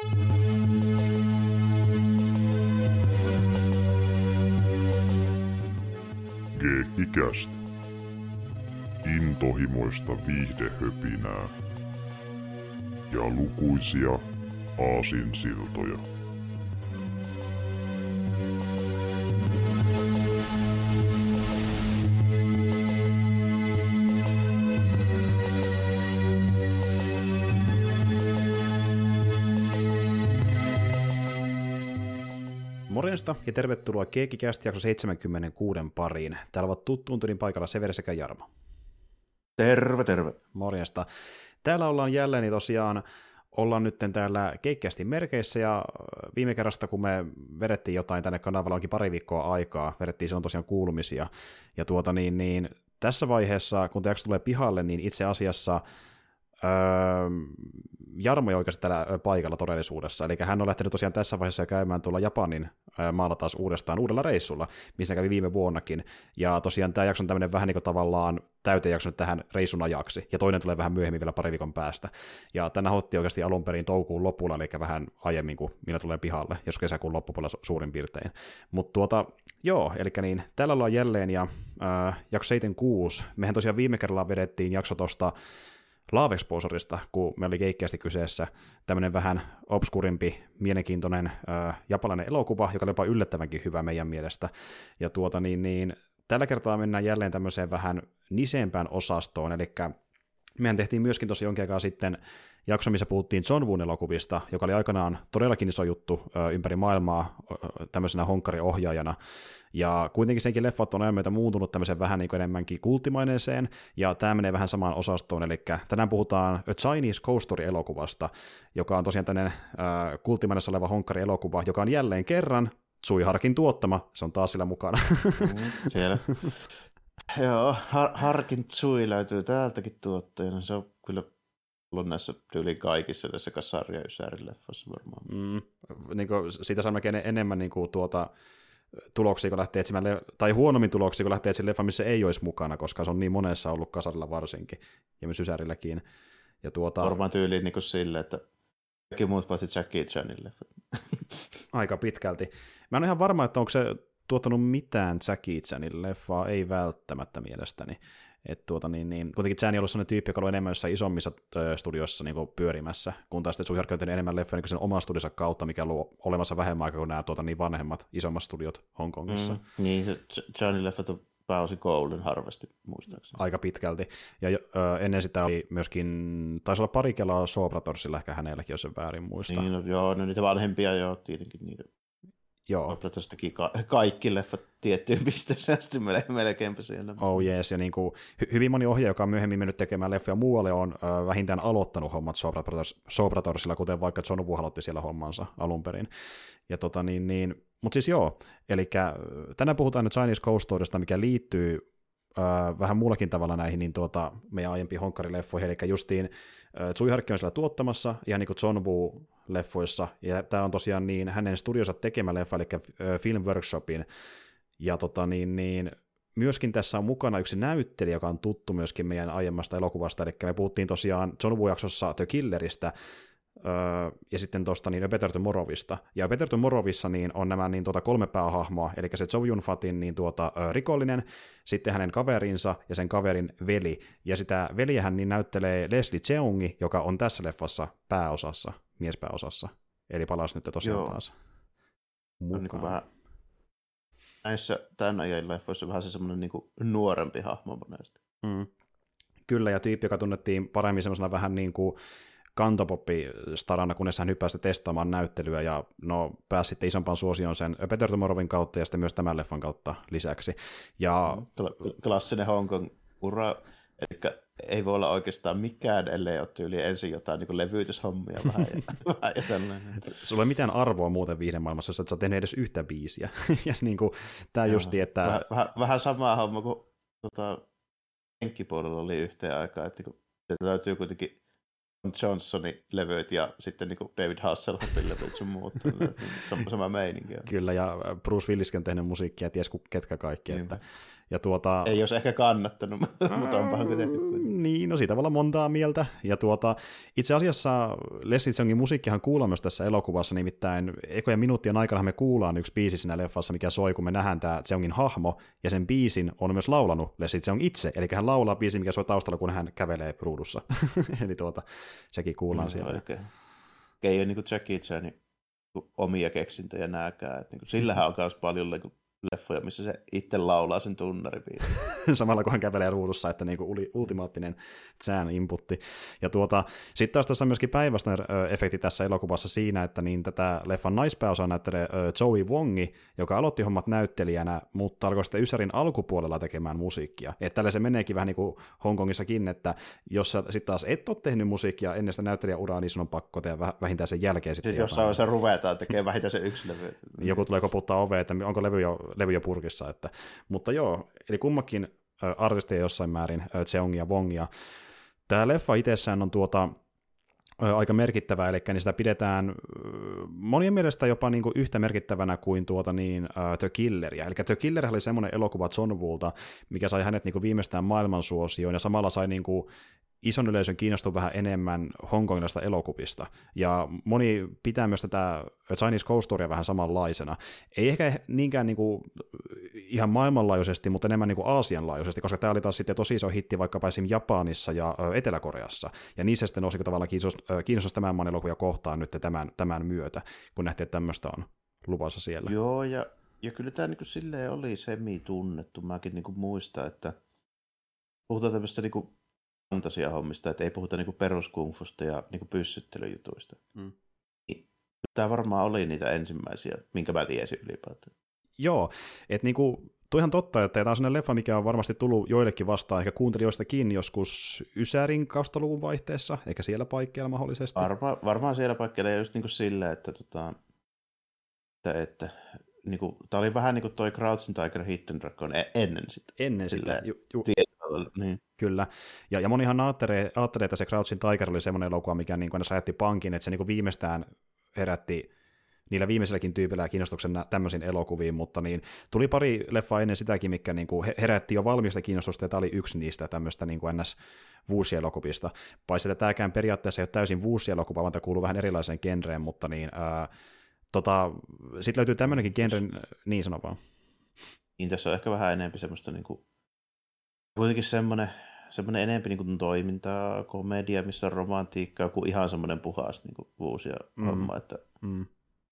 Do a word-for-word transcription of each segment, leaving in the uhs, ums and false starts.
Geekkikäst. Intohimoista viihdehöpinää. Ja lukuisia aasinsiltoja. Morjesta ja tervetuloa Geekkikäst jakso seitsemänkymmentäkuusi pariin. Täällä ovat tuttuun tyylin paikalla Severi sekä Jarmo. Terve, terve. Morjesta. Täällä ollaan jälleen, niin tosiaan ollaan nyt täällä Geekkikästin merkeissä, ja viime kerrasta, kun me vedettiin jotain tänne kanavalla, onkin pari viikkoa aikaa, vedettiin silloin tosiaan kuulumisia, ja tuota niin, niin tässä vaiheessa, kun tämä jakso tulee pihalle, niin itse asiassa Öö, Jarmo ei oikeasti täällä paikalla todellisuudessa, eli hän on lähtenyt tosiaan tässä vaiheessa käymään tuolla Japanin öö, maalla taas uudestaan uudella reissulla, missä kävi viime vuonnakin, ja tosiaan tämä jakso on tämmöinen vähän niin kuin tavallaan täytejakso nyt tähän reissun ajaksi, ja toinen tulee vähän myöhemmin vielä pari viikon päästä, ja tänä hotti oikeasti alun perin toukokuun lopulla, eli vähän aiemmin kuin minä tulee pihalle, jos kesäkuun loppupuolella suurin piirtein, mutta tuota, joo, eli niin, täällä ollaan jälleen, ja öö, jakso seitsemänkymmentäkuusi, mehän tosiaan viime kerralla vedettiin jakso tuosta Love Exposuresta, kun me oli keikkeästi kyseessä tämmöinen vähän obskurimpi, mielenkiintoinen äh, japanilainen elokuva, joka oli jopa yllättävänkin hyvä meidän mielestä. Ja tuota niin, niin tällä kertaa mennään jälleen tämmöiseen vähän niseempään osastoon, eli mehän tehtiin myöskin tosi jonkin aikaa sitten jakso, missä puhuttiin John Woon elokuvista, joka oli aikanaan todellakin iso juttu ö, ympäri maailmaa ö, tämmöisenä honkkariohjaajana, ja kuitenkin senkin leffat on ajan myötä muuntunut tämmöisen vähän niin kuin enemmänkin kulttimaineeseen, ja tämä menee vähän samaan osastoon, eli tänään puhutaan A Chinese Ghost Story-elokuvasta, joka on tosiaan tämmöinen ö, kulttimainessa oleva honkkari-elokuva, joka on jälleen kerran Tsui Harkin tuottama, se on taas sillä mukana. Mm, siellä. Joo, Har- Harkin Tsui löytyy täältäkin tuottajana, se on kyllä ollut näissä tyyliin kaikissa näissä Sarja Ysärin leffoissa varmaan. Mm, niin kuin, siitä saa melkein enemmän niin kuin, tuota, tuloksia, kun lähtee etsimään, tai huonommin tuloksia, kun lähtee etsimään leffa, missä ei olisi mukana, koska se on niin monessa ollut Kasarilla varsinkin, ja myös Ysärilläkin. Ja tuota... Varmaan tyyliin niin kuin sille, että kaikki muut paitsi Jackie Chanin leffat. Aika pitkälti. Mä en ole ihan varma, että onko se tuottanut mitään Jackie Chanin leffaa, ei välttämättä mielestäni. Että tuota, niin, niin, kuitenkin Chan on ollut sellainen tyyppi, joka on enemmän jossain isommissa ö, studioissa niin pyörimässä, kun taas Tsui Harkki on tehnyt enemmän leffoja niin sen oman studionsa kautta, mikä on ollut olemassa vähemmän aikaa kuin nämä tuota, niin vanhemmat, isommat studiot Hongkongissa. Mm, niin, Chanin leffat on pääosin Golden Harvesti, muistaakseni. Aika pitkälti. Ja ö, ennen sitä oli myöskin, taisi olla pari kelaa Shaw Brothersilla, ehkä hänelläkin, jos en väärin muista. Niin, no, joo, no niitä vanhempia joo, tietenkin niitä. Joo. Teki ka- kaikki leffat tiettyyn pisteeseen asti melkeinpä siellä. Oh yes, ja niin kuin, hy- hyvin moni ohjaaja, joka on myöhemmin mennyt tekemään leffoja muualle, on ö, vähintään aloittanut hommat Shaw Brothersilla, kuten vaikka John Woo aloitti siellä hommansa alun perin. Ja tota niin, niin mutta siis joo, eli tänään puhutaan nyt Chinese Ghost Storysta, mikä liittyy ö, vähän muullakin tavalla näihin niin tuota, meidän aiempiin honkkarileffoihin, eli justiin ö, Tsui Harkki on siellä tuottamassa, ihan niin kuin John Woo leffoissa, ja tämä on tosiaan niin hänen studionsa tekemä leffa, eli Film Workshopin, ja tota niin, niin myöskin tässä on mukana yksi näyttelijä, joka on tuttu myöskin meidän aiemmasta elokuvasta, eli me puhuttiin tosiaan John Woo-jaksossa The Killeristä, öö, ja sitten tuosta niin A Better Tomorrowista, ja A Better Tomorrowissa niin on nämä niin tuota kolme päähahmoa, eli se Chow Yun-fatin niin tuota, ö, rikollinen, sitten hänen kaverinsa ja sen kaverin veli, ja sitä veliähän niin näyttelee Leslie Cheungi, joka on tässä leffassa pääosassa, miespääosassa, eli palasi nyt tosiaan Joo. taas On niin kuin mukaan. vähän näissä tämän ajan leffoissa vähän se semmoinen niin kuin nuorempi hahmo monesti. Mm. Kyllä, ja tyyppi, joka tunnettiin paremmin semmoisena vähän niin kuin kantopoppi-starana, kunnes hän hyppäsi testaamaan näyttelyä, ja no, pääsi sitten isompaan suosioon sen A Better Tomorrowin kautta, ja sitten myös tämän leffan kautta lisäksi. Ja... Kla- klassinen Hongkong-ura, eli ei voi olla oikeastaan mikään, ellei ole tyyli ensin jotain niin kuin levytyshommia vähän ja, vähän ja tällainen. Sulla ei ole mitään arvoa muuten viihdemaailmassa, jos et sä tehnyt edes yhtä biisiä. ja niin kuin, tää justi, että... Vähän, vähän, vähän samaa homma kuin tota, jenkkipuolella oli yhteen aikaan, että kun löytyy kuitenkin Johnsonin levyt ja sitten niin kuin David Hasselhoffin levyt sun muut. Sama, sama meininki. Kyllä, ja Bruce Williskin on tehnyt musiikkia, ties ketkä kaikki. Että, Ja tuota, ei olisi ehkä kannattanut, mutta onpahan kuin tehty. Niin, no siitä voi olla montaa mieltä. Ja tuota, itse asiassa Leslie Cheungin musiikkihan kuullaan myös tässä elokuvassa, nimittäin ekojen minuuttien aikana me kuullaan yksi biisi siinä leffassa, mikä soi, kun me nähdään tämä Cheungin hahmo, ja sen biisin on myös laulanut Leslie Cheung itse, eli hän laulaa biisin, mikä soi taustalla, kun hän kävelee ruudussa. Eli tuota, sekin kuullaan mm, siellä. Okay. Ei ole niin kuin Jackie Chanin omia keksintöjä nääkään. Että niin sillähän on myös paljon niin leffoja, missä se itse laulaa sen tunnaribiisin. Samalla kun hän kävelee ruudussa, että niin kuin ultimaattinen Chan inputti. Ja tuota, sitten taas tässä on myöskin Päiväsner-efekti tässä elokuvassa siinä, että niin tätä leffan naispääosaa näyttelee Joey Wongi, joka aloitti hommat näyttelijänä, mutta alkoi sitten Ysärin alkupuolella tekemään musiikkia. Että tällä se meneekin vähän niin kuin Hongkongissakin, että jos sä sitten taas et ole tehnyt musiikkia ennen sitä näyttelijäuraa, niin sun on pakko tehdä vähintään sen jälkeen sitten siis jossain vaiheessa ruvetaan tekemään vähintään se yksi levy. Joku tulee koputtaa oveen, että onko levy jo, levy jo purkissa. Että, mutta joo, eli kummakin artisteja jossain määrin, Cheung ja Wong. Ja tämä leffa itsessään on tuota, aika merkittävä, eli niin sitä pidetään monien mielestä jopa niin kuin yhtä merkittävänä kuin tuota niin, uh, The Killeria. Eli The Killer oli semmoinen elokuva John Woolta, mikä sai hänet niin kuin viimeistään maailmansuosioon, ja samalla sai niin kuin ison yleisön kiinnostua vähän enemmän hongkongilaisista elokuvista. Ja moni pitää myös tätä Chinese Ghost Storya vähän samanlaisena. Ei ehkä niinkään niin kuin ihan maailmanlaajuisesti, mutta enemmän niin kuin Aasianlaajuisesti, koska tämä oli taas sitten tosi iso hitti vaikkapa esim. Japanissa ja Etelä-Koreassa. Ja niissä sitten nousi tavallaan kiinnostus, kiinnostus tämän maan elokuvia kohtaan nyt tämän, tämän myötä, kun nähtiin, että tämmöistä on luvassa siellä. Joo, ja, ja kyllä tämä niin kuin silleen oli semi-tunnettu. Mäkin niin kuin muistan, että puhutaan tämmöistä niin kuin fantasiahommista, että ei puhuta niinku peruskungfusta ja niinku pyssyttelyjutuista. Mm. Tämä varmaan oli niitä ensimmäisiä, minkä mä tiesin ylipäätään. Joo, että niinku, tuo ihan totta, että tämä on sellainen leffa, mikä on varmasti tullut joillekin vastaan, ehkä kuuntelijoistakin joskus Ysärin kaustaluvun vaihteessa, eikä siellä paikkeilla mahdollisesti. Varma, varmaan siellä paikkeilla, ja just niinku silleen, että, tota, että, että niinku, tämä oli vähän niin kuin toi Crouching Tiger, Hidden Dragon ennen sitä. Ennen sitä, ju, ju. Niin. Kyllä, ja, ja monihan ajattelee, ajattelee, että se Crouching Tiger oli semmoinen elokuva, mikä niin aina räjähti pankin, että se niin viimeistään herätti niillä viimeisilläkin tyypillä kiinnostuksen tämmöisiin elokuviin, mutta niin, tuli pari leffaa ennen sitäkin, mikä niin kuin herätti jo valmista kiinnostusta, ja tämä oli yksi niistä tämmöistä niin kuin ns. Vuosi-elokuvista. Paitsi että tämäkään periaatteessa ei ole täysin vuosi-elokuva, vaan tämä kuuluu vähän erilaiseen genreen, mutta niin, ää, tota, sitten löytyy tämmöinenkin genre, niin sano vaan. Niin tässä on ehkä vähän enemmän semmoista niin kuin, kuitenkin semmoinen, semmoinen enemmän niin kuin toimintaa, komedia, missä on romantiikkaa, kuin ihan semmoinen puhas niin kuin vuosia mm. homma, että mm.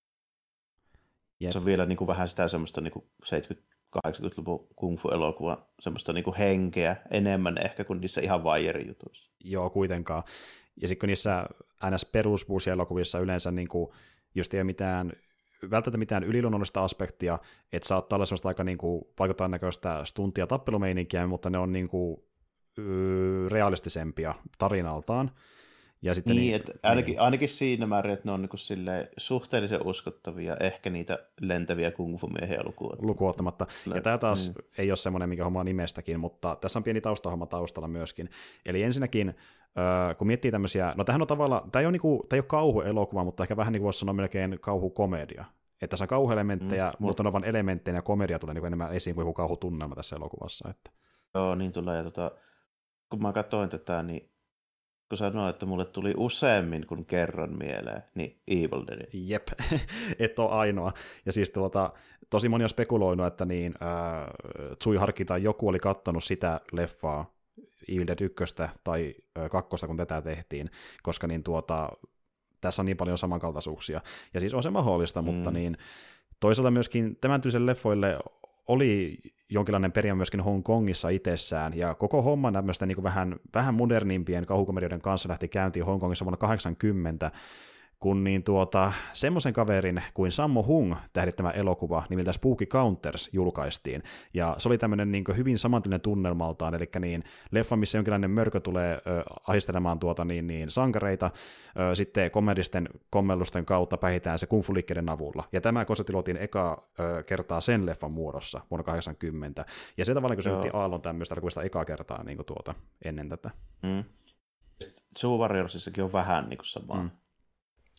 se on vielä niin kuin vähän sitä semmoista niin kuin seitsemänkymmentä-kahdeksankymmentäluvun kung-fu-elokuvan semmoista niin kuin henkeä enemmän ehkä kuin niissä ihan vaierijutuissa. Joo, kuitenkaan. Ja sitten kun niissä ns. Perusvuosi-elokuvissa yleensä niin kuin, just ei ole mitään, välttämättä mitään yliluonnollista aspektia, että saattaa olla semmoista aika niin kuin, vaikutaan näköistä stuntia tappelumeininkiä, mutta ne on niin kuin, öö, realistisempia tarinaltaan. Ja sitten niin, niin, että ainakin, ainakin siinä määrin, että ne on niin kuin suhteellisen uskottavia, ehkä niitä lentäviä kung-fu-miehiä lukuottamatta. lukuottamatta. Ja tämä taas mm. ei ole semmoinen, mikä homma on nimestäkin, mutta tässä on pieni taustahomma taustalla myöskin. Eli ensinnäkin, kun miettii tämmöisiä, no tämähän on tavallaan, tämä ei ole, niinku, tämä ei ole kauhuelokuva, mutta ehkä vähän niin kuin voisi sanoa melkein kauhukomedia. Että tässä on kauhuelementtejä, mm, mutta ne on vain elementtejä, ja komedia tulee niin enemmän esiin kuin joku kauhutunnelma tässä elokuvassa. Että. Joo, niin tulee. Ja tota, kun mä katsoin tätä, niin kun sanoin, että mulle tuli useammin kuin kerran mieleen, niin Evil Dead. Jep, et ole ainoa. Ja siis tuota, tosi moni on spekuloinut, että niin, äh, Tsui Harki tai joku oli kattanut sitä leffaa, Evil Dead yksi tai kakkosta, kun tätä tehtiin, koska niin tuota, tässä on niin paljon samankaltaisuuksia. Ja siis on se mahdollista, mm. mutta niin, toisaalta myöskin tämän tyylisen leffoille oli jonkinlainen perimä myöskin Hongkongissa itsessään, ja koko homma tämmöistä niin kuin vähän, vähän modernimpien kauhukomedioiden kanssa lähti käyntiin Hongkongissa vuonna kahdeksankymmentä, kun niin tuota, semmoisen kaverin kuin Sammo Hung tähdittämä elokuva nimeltä Spooky Counters julkaistiin, ja se oli tämmöinen niin kuin hyvin samantyinen tunnelmaltaan, eli niin leffa, missä jonkinlainen mörkö tulee ö, ahistelemaan tuota, niin, niin, sankareita, ö, sitten komedisten kommellusten kautta päihitään se kung-fu-liikkeiden avulla, ja tämä konsepti luotiin eka ö, kertaa sen leffan muodossa vuonna kahdeksankymmentä, ja se tavallaan kun synnytti aallon tämmöistä elokuvista ekaa kertaa niin kuin tuota, ennen tätä. Mm. Zoo Warriorsissakin on vähän niin kuin samaa. Mm.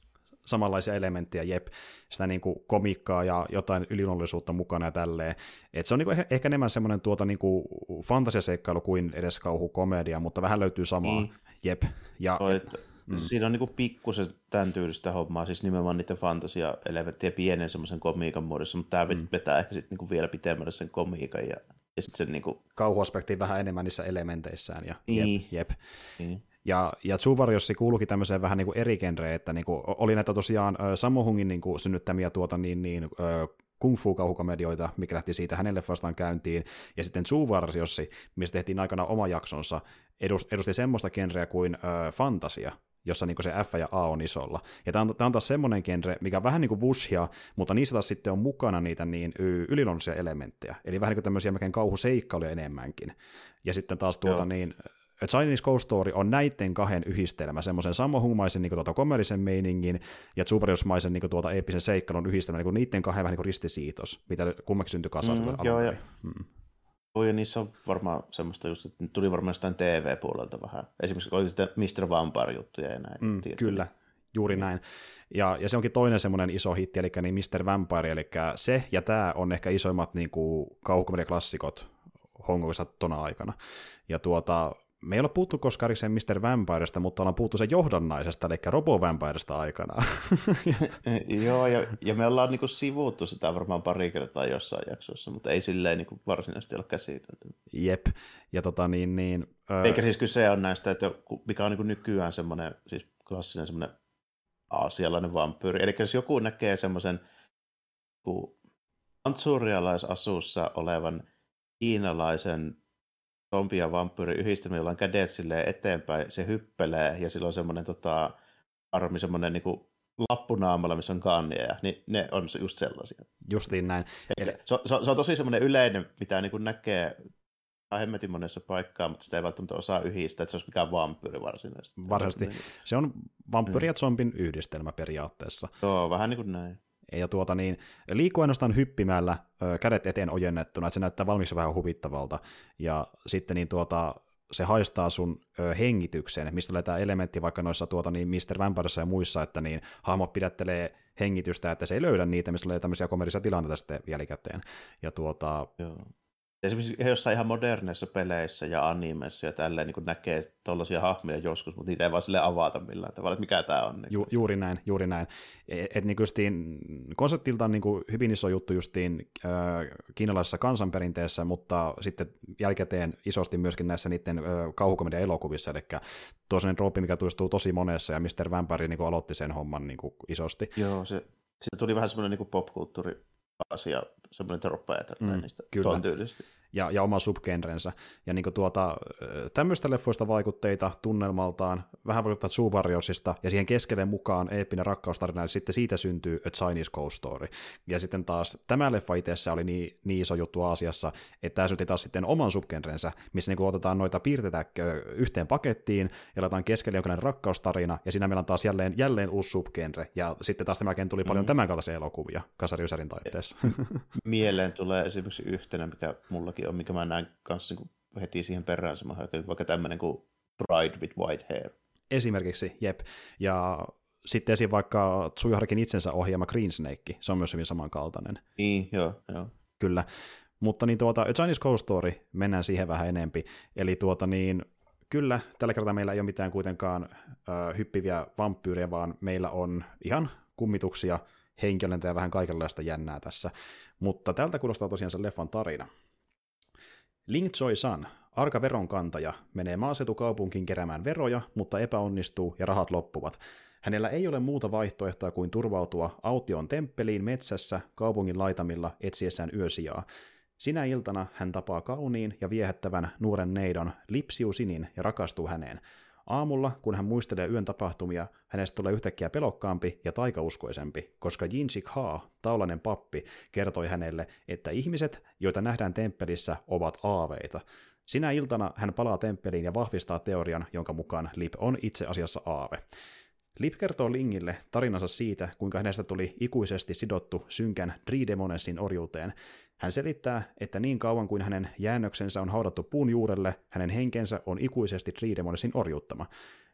samanlaisia elementtejä, jep, sitä niin kuin komikkaa ja jotain yliluonnollisuutta mukana ja tälleen. Et se on niin kuin ehkä enemmän semmoinen tuota niin kuin fantasiaseikkailu kuin edes kauhukomedia, mutta vähän löytyy samaa, niin. jep. Ja, no, et, mm. Siinä on niin kuin pikkusen tämän tyylistä hommaa, siis nimenomaan niiden fantasia-elementtejä pienen semmoisen komiikan muodossa, mutta tämä mm. vetää ehkä sitten niin kuin vielä pitemmälle sen komiikan ja, ja sitten sen niin kuin... kauhuaspektiin vähän enemmän niissä elementeissään. Ja, niin. Jep, jep. Niin. Ja, ja Zoo Warriors kuuluikin tämmöiseen vähän niin kuin eri genreen, että niin kuin, oli näitä tosiaan äh, Sammo Hungin niin kuin synnyttämiä tuota, niin, niin, äh, kung fu-kauhukomedioita, mikä lähti siitä hänelle vastaan käyntiin, ja sitten Zoo Warriors, mistä tehtiin aikana oma jaksonsa, edusti, edusti semmoista genreä kuin äh, fantasia, jossa niin kuin se F ja A on isolla. Ja tämä on, tämä on taas semmoinen genre, mikä on vähän niin kuin wushia, mutta niissä taas sitten on mukana niitä niin yliluonnollisia elementtejä, eli vähän niin kuin tämmöisiä melkein kauhuseikkailuja enemmänkin. Ja sitten taas tuota niin... A Chinese Ghost Story on näiden kahden yhdistelmä, semmoisen samohumaisen niin tuota komedisen meiningin ja Superjus-maisen niin tuota eeppisen seikkailun yhdistelmä, niin niiden kahden vähän niin ristisiitos, mitä kummaksi syntyi kasaan. Mm, joo, ja, mm. ja niissä on varmaan semmoista just, että tuli varmaan jostain T V-puolelta vähän. Esimerkiksi oli sitten mister Vampire-juttuja ja näin. Mm, kyllä, juuri näin. Ja, ja se onkin toinen semmoinen iso hitti, eli niin mister Vampire, eli se ja tämä on ehkä isoimmat niin kauhukomediaklassikot Hongkongissa tona aikana. Ja tuota... Me ei ole puhuttu koskaan erikseen mister Vampiresta, mutta ollaan puhuttu sen johdannaisesta, eli Robo-Vampiresta aikanaan. Joo, ja, ja me ollaan niinku sivuuttu sitä varmaan pari kertaa jossain jaksossa, mutta ei silleen niinku varsinaisesti ole käsitelty. Jep, ja tota niin... niin öö... Eikä siis kyse on näistä, että mikä on niinku nykyään semmoinen, siis klassinen semmoinen aasialainen vampyyri. Eli jos joku näkee semmoisen mantsurialaisasussa olevan kiinalaisen zombi- ja vampyyri yhdistelmä, jolla on kädet silleen eteenpäin, se hyppelee, ja sillä on semmoinen tota, armi, semmoinen niin kuin lappunaamalla, missä on kannia, niin ne on just sellaisia. Justiin näin. Eli... Se, se, se on tosi semmoinen yleinen, mitä niin kuin näkee hemmetin monessa paikkaa, mutta sitä ei välttämättä osaa yhdistää, että se olisi mikään vampyyri varsinaisesti. Varsinaisesti. Se on vampyyri ja zombin yhdistelmä periaatteessa. Joo, vähän niin kuin näin. Ja tuota niin, liikkuu ainoastaan hyppimällä, kädet eteen ojennettuna, että se näyttää valmiiksi vähän huvittavalta, ja sitten niin tuota, se haistaa sun ö, hengityksen, mistä tulee tämä elementti vaikka noissa tuota, niin mister Vampiressa ja muissa, että niin hahmot pidättelee hengitystä, että se ei löydä niitä, mistä tulee tämmöisiä komedisia tilanteita sitten jälkikäteen. Ja tuota... Joo. Esimerkiksi jossain ihan moderneissa peleissä ja animessa ja tälleen niin näkee tuollaisia hahmoja joskus, mutta niitä ei vaan sille avata millään tavalla, että mikä tämä on. Niin Ju, juuri näin, juuri näin. Että et, niin justiin, konseptiltaan niin hyvin iso juttu justiin äh, kiinalaisessa kansanperinteessä, mutta sitten jälkikäteen isosti myöskin näissä niiden äh, kauhukomedia-elokuvissa, eli tuo sellainen trooppi, mikä toistuu tosi monessa, ja mister Vampire niin aloitti sen homman niin isosti. Joo, se, siitä tuli vähän semmoinen niin popkulttuuri asia, semmoinen troppeja mm, niistä tuon tyylisesti. Ja, ja oma subgenrensä. Ja niin tuota, tämmöistä leffoista vaikutteita tunnelmaltaan, vähän vaikuttaa Zoo Warriorsista, ja siihen keskelle mukaan eeppinen rakkaustarina, ja sitten siitä syntyy A Chinese Ghost Story. Ja sitten taas tämä leffa itsessä oli niin, niin iso juttu Aasiassa, että tämä synti taas sitten oman subgenrensä, missä niin otetaan noita piirteitä yhteen pakettiin, ja laitetaan keskelle jonkinlainen rakkaustarina, ja siinä meillä on taas jälleen, jälleen uusi subgenre, ja sitten taas tämän tuli paljon mm. tämän kaltaisia elokuvia Kasari Ysärin taiteessa. Mieleen tulee esimerkiksi yhtenä, mikä mullakin on, mikä mä näen kanssa niin heti siihen perään semmoinen, vaikka tämmöinen kuin Bride with White Hair. Esimerkiksi, jep. Ja sitten esim. Vaikka Tsuyoharakin itsensä ohjaama Green Snake, se on myös hyvin samankaltainen. Niin, joo, joo. Kyllä. Mutta niin tuota, A Chinese Ghost Story, mennään siihen vähän enempi. Eli tuota niin, kyllä, tällä kertaa meillä ei ole mitään kuitenkaan äh, hyppiviä vampyyrejä, vaan meillä on ihan kummituksia, henkilöitä ja vähän kaikenlaista jännää tässä. Mutta tältä kuulostaa tosiaan sen leffan tarina. Ling Choi-san, arka veronkantaja, menee maaseutukaupunkiin keräämään veroja, mutta epäonnistuu ja rahat loppuvat. Hänellä ei ole muuta vaihtoehtoa kuin turvautua autioon temppeliin metsässä kaupungin laitamilla etsiessään yösijaa. Sinä iltana hän tapaa kauniin ja viehättävän nuoren neidon Lipsiu Sinin ja rakastuu häneen. Aamulla, kun hän muistelee yön tapahtumia, hänestä tulee yhtäkkiä pelokkaampi ja taikauskoisempi, koska Jinchik Ha, taulainen pappi, kertoi hänelle, että ihmiset, joita nähdään temppelissä, ovat aaveita. Sinä iltana hän palaa temppeliin ja vahvistaa teorian, jonka mukaan Lip on itse asiassa aave. Lip kertoo Lingille tarinansa siitä, kuinka hänestä tuli ikuisesti sidottu synkän Dridemonessin orjuuteen. Hän selittää, että niin kauan kuin hänen jäännöksensä on haudattu puun juurelle, hänen henkensä on ikuisesti Dridemonessin orjuuttama.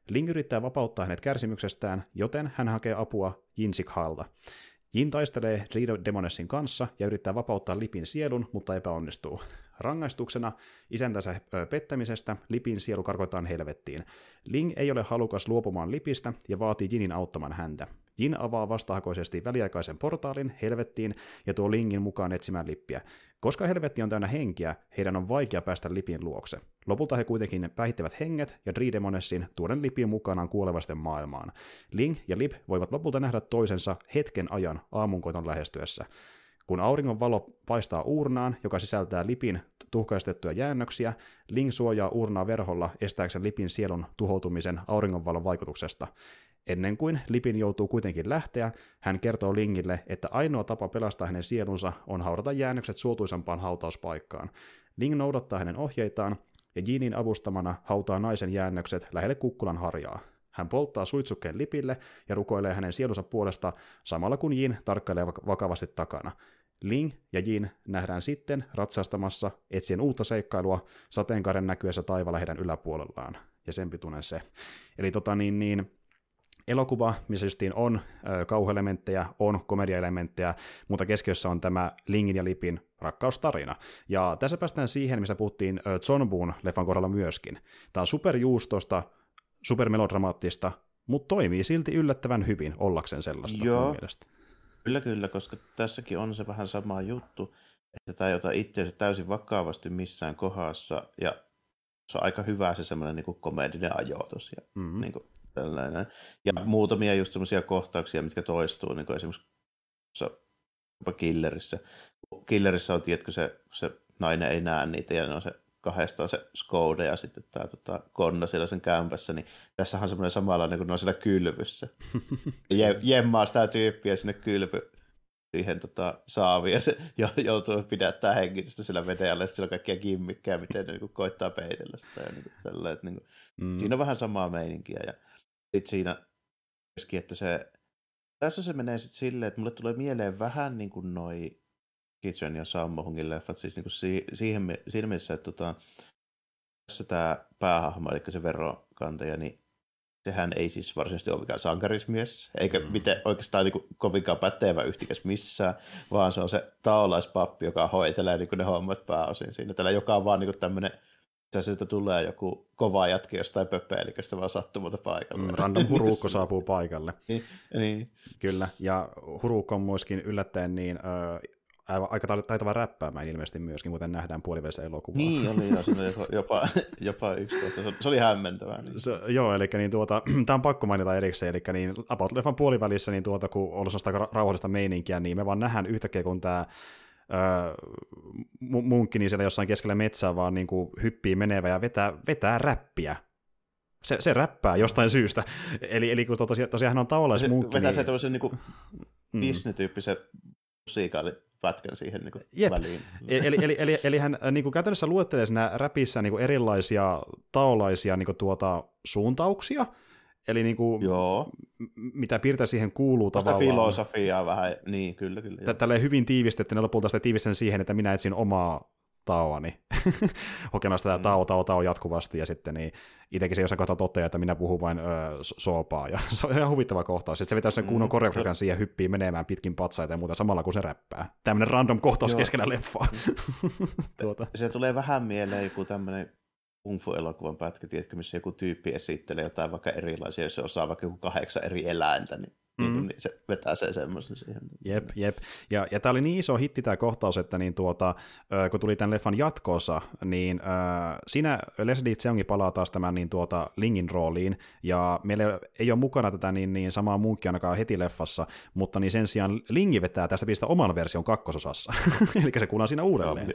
Ling yrittää vapauttaa hänet kärsimyksestään, joten hän hakee apua Jinsikhalta. Jin taistelee Demonessin kanssa ja yrittää vapauttaa Lipin sielun, mutta epäonnistuu. Rangaistuksena isäntänsä pettämisestä Lipin sielu karkoitetaan helvettiin. Ling ei ole halukas luopumaan Lipistä ja vaatii Jinin auttamaan häntä. Jin avaa vastahakoisesti väliaikaisen portaalin helvettiin ja tuo Lingin mukaan etsimään Lippiä. Koska helvetti on täynnä henkiä, heidän on vaikea päästä Lipin luokse. Lopulta he kuitenkin päihittävät henget ja Dri-Demonessin tuoden Lipin mukanaan kuolevasten maailmaan. Ling ja Lip voivat lopulta nähdä toisensa hetken ajan aamunkoiton lähestyessä. Kun auringon valo paistaa uurnaan, joka sisältää Lipin tuhkaistettuja jäännöksiä, Ling suojaa uurnaa verholla estääkseen Lipin sielun tuhoutumisen auringonvalon vaikutuksesta. Ennen kuin Lipin joutuu kuitenkin lähteä, hän kertoo Lingille, että ainoa tapa pelastaa hänen sielunsa on haudata jäännökset suotuisampaan hautauspaikkaan. Ling noudattaa hänen ohjeitaan, ja Jinin avustamana hautaa naisen jäännökset lähelle kukkulan harjaa. Hän polttaa suitsukkeen Lipille ja rukoilee hänen sielunsa puolesta, samalla kun Jin tarkkailee vakavasti takana. Ling ja Jin nähdään sitten ratsastamassa etsien uutta seikkailua sateenkaaren näkyessä taivaalla heidän yläpuolellaan. Ja sen pituinen se. Eli tota niin, niin elokuva, missä justiin on ö, kauhuelementtejä, on komediaelementtejä, mutta keskiössä on tämä Lingin ja Lipin rakkaustarina. Ja tässä päästään siihen, missä puhuttiin ö, John Woon leffan kohdalla myöskin. Tämä on superjuustosta, supermelodramaattista, mutta toimii silti yllättävän hyvin ollakseen sellaista. Joo, kyllä kyllä, koska tässäkin on se vähän sama juttu, että tämä ei ota itseänsä täysin vakavasti missään kohdassa, ja se on aika hyvä se semmoinen niin kuin komedinen ajoitus ja mm-hmm. niin kuin tällainen. Ja mm-hmm. muutamia just semmoisia kohtauksia, mitkä toistuu, niin kuin esimerkiksi Killerissä. Killerissä on, tiedätkö, se, se nainen ei näe niitä, ja ne on se kahdestaan se Skoude ja sitten tämä tota, Konna siellä sen kämpässä, niin tässähän on semmoinen samanlainen, kun ne on siellä kylvyssä. Je, jemmaa sitä tyyppiä sinne kylpy siihen tota, saaviin, ja se joutuu pidättää hengitystä sillä vedellä, ja sitten siellä on kaikkia gimmikkejä, miten ne niin koittaa peitellä sitä. Ja, niin tällä, että, niin kuin, mm. Siinä on vähän samaa meininkiä, ja sitten siinä myöskin, että se, tässä se menee sitten silleen, että mulle tulee mieleen vähän niin kuin noi Kitchen ja Sammo Hungin leffat, siis niin kuin si- siihen, siinä mielessä, että tota, tässä tämä päähahmo, eli se verokantaja, niin sehän ei siis varsinaisesti ole mikään sankarismies, eikä mm. miten, oikeastaan niin kuin, kovinkaan pätevä yhtikäs missään, vaan se on se taolaispappi, joka hoitelee niin kuin ne hommat pääosin siinä. Tällä joka on vaan niin kuin tämmöinen, että sieltä tulee joku kova jätki jostain pöpeiliköstä vaan sattumalta paikalle. Mm, random huruukko saapuu paikalle. niin, niin. Kyllä, ja huruukko on myöskin yllättäen niin Öö, aika taitava räppäämään ilmeisesti myöskin, kuten nähdään puolivälissä elokuvaa. Niin, oli jo, siinä oli jopa, jopa yksi kohta. Se oli hämmentävää. Niin. Se, joo, eli niin tuota, tämä on pakko mainita erikseen, eli niin About-leffan puolivälissä, niin tuota, kun on ollut sellaista rauhallista meininkiä, niin me vaan nähdään yhtäkkiä, kun tämä öö, munkki niin siellä jossain keskellä metsää vaan niin kuin hyppii menevä ja vetää, vetää räppiä. Se, se räppää jostain syystä. Eli, eli kun tosiaan, tosiaan hän on tavallaismunkki. Vetää niin se tämmöisen niin kuin Disney-tyyppisen musiikaali pätkän siihen niin kuin väliin. Eli, eli, eli, eli hän niin kuin käytännössä luettelee siinä räpissä niin kuin erilaisia taolaisia niin kuin tuota, suuntauksia, eli niin kuin, joo. mitä piirtää siihen kuuluu Tästä tavallaan. filosofiaa vähän, niin kyllä. kyllä Tälleen hyvin tiivistetty, ne lopulta sitä tiivistän siihen, että minä etsin omaa taoani. Hokemassa tätä mm. tao, tao, tao jatkuvasti, ja sitten niin itsekin se jossain kohtaa toteaa, että minä puhun vain öö, soopaa, ja se on ihan huvittava kohtaus. Sitten se vetää sen kunnon mm. koreografian siihen ja hyppii menemään pitkin patsaita ja muuta samalla, kun se räppää. Tämmöinen random kohtaus Joo. keskellä leffaa. tuota. Se tulee vähän mieleen joku tämmöinen kung fu-elokuvan pätkä, tiedätkö, missä joku tyyppi esittelee jotain vaikka erilaisia, jos se osaa vaikka joku kahdeksan eri eläintä, niin Mm. Niin, niin se vetää se semmoisen siihen. Jep, jep. Ja, ja tämä oli niin iso hitti tämä kohtaus, että niin tuota, kun tuli tämän leffan jatkoosa, niin äh, siinä Leslie Cheungi palaa taas tämän niin tuota, Lingin rooliin, ja meillä ei ole mukana tätä niin, niin samaa munkkia ainakaan heti leffassa, mutta niin sen sijaan Lingi vetää tästä pistä oman version kakkososassa. Eli se kuullaan siinä uudelleen.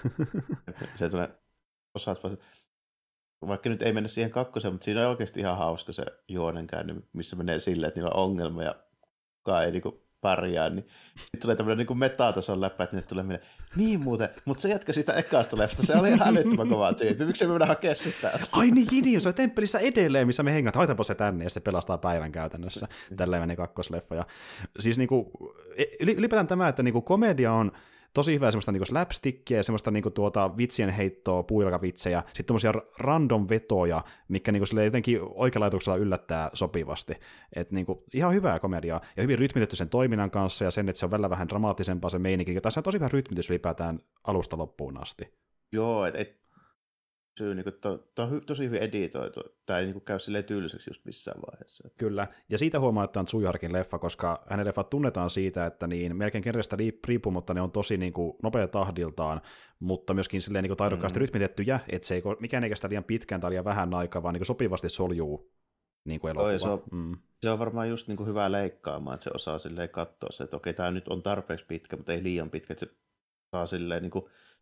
se tulee osaat vaikka nyt ei mennä siihen kakkoseen, mutta siinä on oikeasti ihan hauska se juonenkäynti, missä menee silleen, että niillä on ongelma ja kukaan ei niinku pärjää, niin sitten tulee tämmöinen niinku metatason läppä, että ne tulee mieleen, niin muuten, mutta se jatka siitä ekasta leffasta, se oli ihan älyttömän kova tyyppi, miksi me mennä hakea sitä? Ai niin, Jini, se on temppelissä edelleen, missä me hengät, haitapa se tänne, ja se pelastaa päivän käytännössä, tälleen meni kakkosleffa. Ja, siis niinku, ylipäätään tämä, että niinku komedia on tosi hyvää semmoista niinku slapstickia ja semmoista niinku tuota vitsien heittoa, puilkavitsejä, sitten tommosia random vetoja, mikä niinku jotenkin oikealla ajatuksella yllättää sopivasti. Et niinku ihan hyvää komediaa ja hyvin rytmitetty sen toiminnan kanssa ja sen, että se on välillä vähän dramaattisempaa se meininki. Tässä on tosi hyvä rytmitys ylipäätään alusta loppuun asti. Joo, että et, syy, niin tämä on hy, tosi hyvin editoitu. Tämä ei niin kuin, käy silleen tyyliseksi just missään vaiheessa. Kyllä, ja siitä huomaa, että on Tsui Harkin leffa, koska hänen leffat tunnetaan siitä, että niin melkein kerrasta riippumatta ne on tosi niin kuin, nopea tahdiltaan, mutta myöskin silleen niin kuin, taidokkaasti mm. rytmitettyjä, että se ei, mikään ei kestä liian pitkään tai liian vähän aikaa, vaan niin kuin, sopivasti soljuu niin kuin elokuva. Se on, mm. se on varmaan just niin kuin, hyvä leikkaamaan, että se osaa silleen katsoa se, että okei, tämä nyt on tarpeeksi pitkä, mutta ei liian pitkä, että se saa silleen niin kuin,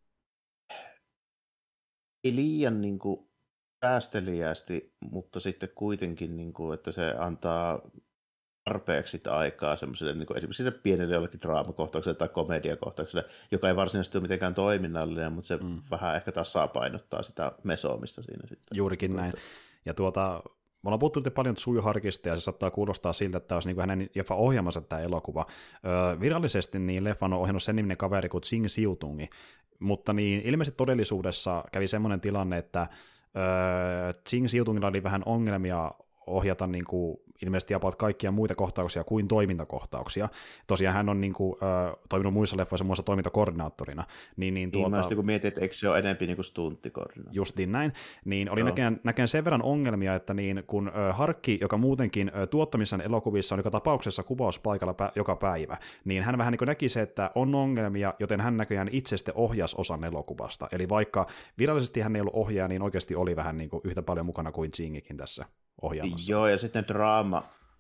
ei liian niin kuin, päästeliästi, mutta sitten kuitenkin, niin kuin, että se antaa tarpeeksi aikaa semmoiselle, niin kuin, esimerkiksi sille pienelle jollekin draamakohtaukselle tai komediakohtaukselle, joka ei varsinaisesti ole mitenkään toiminnallinen, mutta se mm. vähän ehkä tasapainottaa sitä mesoamista siinä sitten. Juurikin tuota. Näin. Ja tuota, me ollaan puhuttu paljon Tsui Harkista, ja se saattaa kuulostaa siltä, että tämä olisi niin kuin hänen jopa ohjaamansa tämä elokuva. Öö, virallisesti niin leffan on ohjannut sen niminen kaveri kuin Ching Siu-tungi, mutta niin ilmeisesti todellisuudessa kävi semmoinen tilanne, että öö, Ching Siu-tungilla oli vähän ongelmia ohjata niin kuin, ilmeisesti about kaikkia muita kohtauksia kuin toimintakohtauksia. Tosiaan hän on niin kuin, äh, toiminut muissa leffoissa muun muassa toimintakoordinaattorina. Niin, niin, tuota, niin kun mietin, että eikö se ole enemmän niin kuin stunttikoordinaattori. Justiin näin. Niin oli näkään, näkään sen verran ongelmia, että niin, kun äh, Harkki, joka muutenkin äh, tuottamisen elokuvissa on joka tapauksessa kuvauspaikalla pä- joka päivä, niin hän vähän niin kuin näki se, että on ongelmia, joten hän näköjään itse sitten ohjasi osan elokuvasta. Eli vaikka virallisesti hän ei ollut ohjaaja, niin oikeasti oli vähän niin kuin yhtä paljon mukana kuin Chingikin tässä ohjaamassa. Joo, ja sitten draama,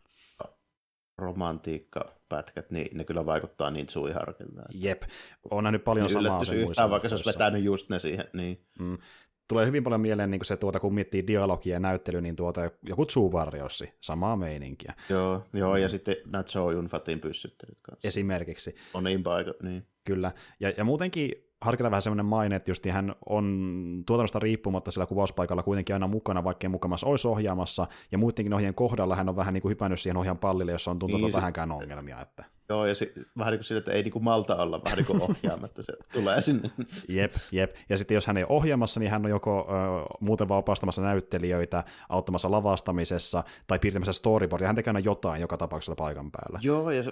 romantiikkapätkät, niin ne kyllä vaikuttaa niin Tsui Harkilta. Jep, on nähnyt paljon niin samaa sen yhtään, vaikka se olisi vetänyt just ne siihen. Niin. Mm. Tulee hyvin paljon mieleen niin se, tuota, kun miettii dialogia ja näyttelyä, niin tuota, joku Tsuu Warriorsi, samaa meininkiä. Joo, joo mm. ja sitten nämä Chow Yun-Fatin pyssyttelyt kanssa. Esimerkiksi. On niin paikka, niin. Kyllä, ja, ja muutenkin Harkilla vähän semmoinen maine, että just hän on tuotannosta riippumatta sillä kuvauspaikalla kuitenkin aina mukana, vaikkei mukamassa olisi ohjaamassa, ja muidenkin ohjien kohdalla hän on vähän niin kuin hypännyt siihen ohjaan pallille, jossa on tuntunut niin, vähänkään ongelmia. Että. Joo, ja si- vähän niin kuin sillä, että ei niin kuin malta olla vähän niin kuin ohjaamatta, se tulee sinne. Jep, jep, ja sitten jos hän ei ole ohjaamassa, niin hän on joko ö, muuten vaan opastamassa näyttelijöitä, auttamassa lavastamisessa, tai piirtämässä storyboardia, hän tekee aina jotain joka tapauksessa paikan päällä. Joo, ja se,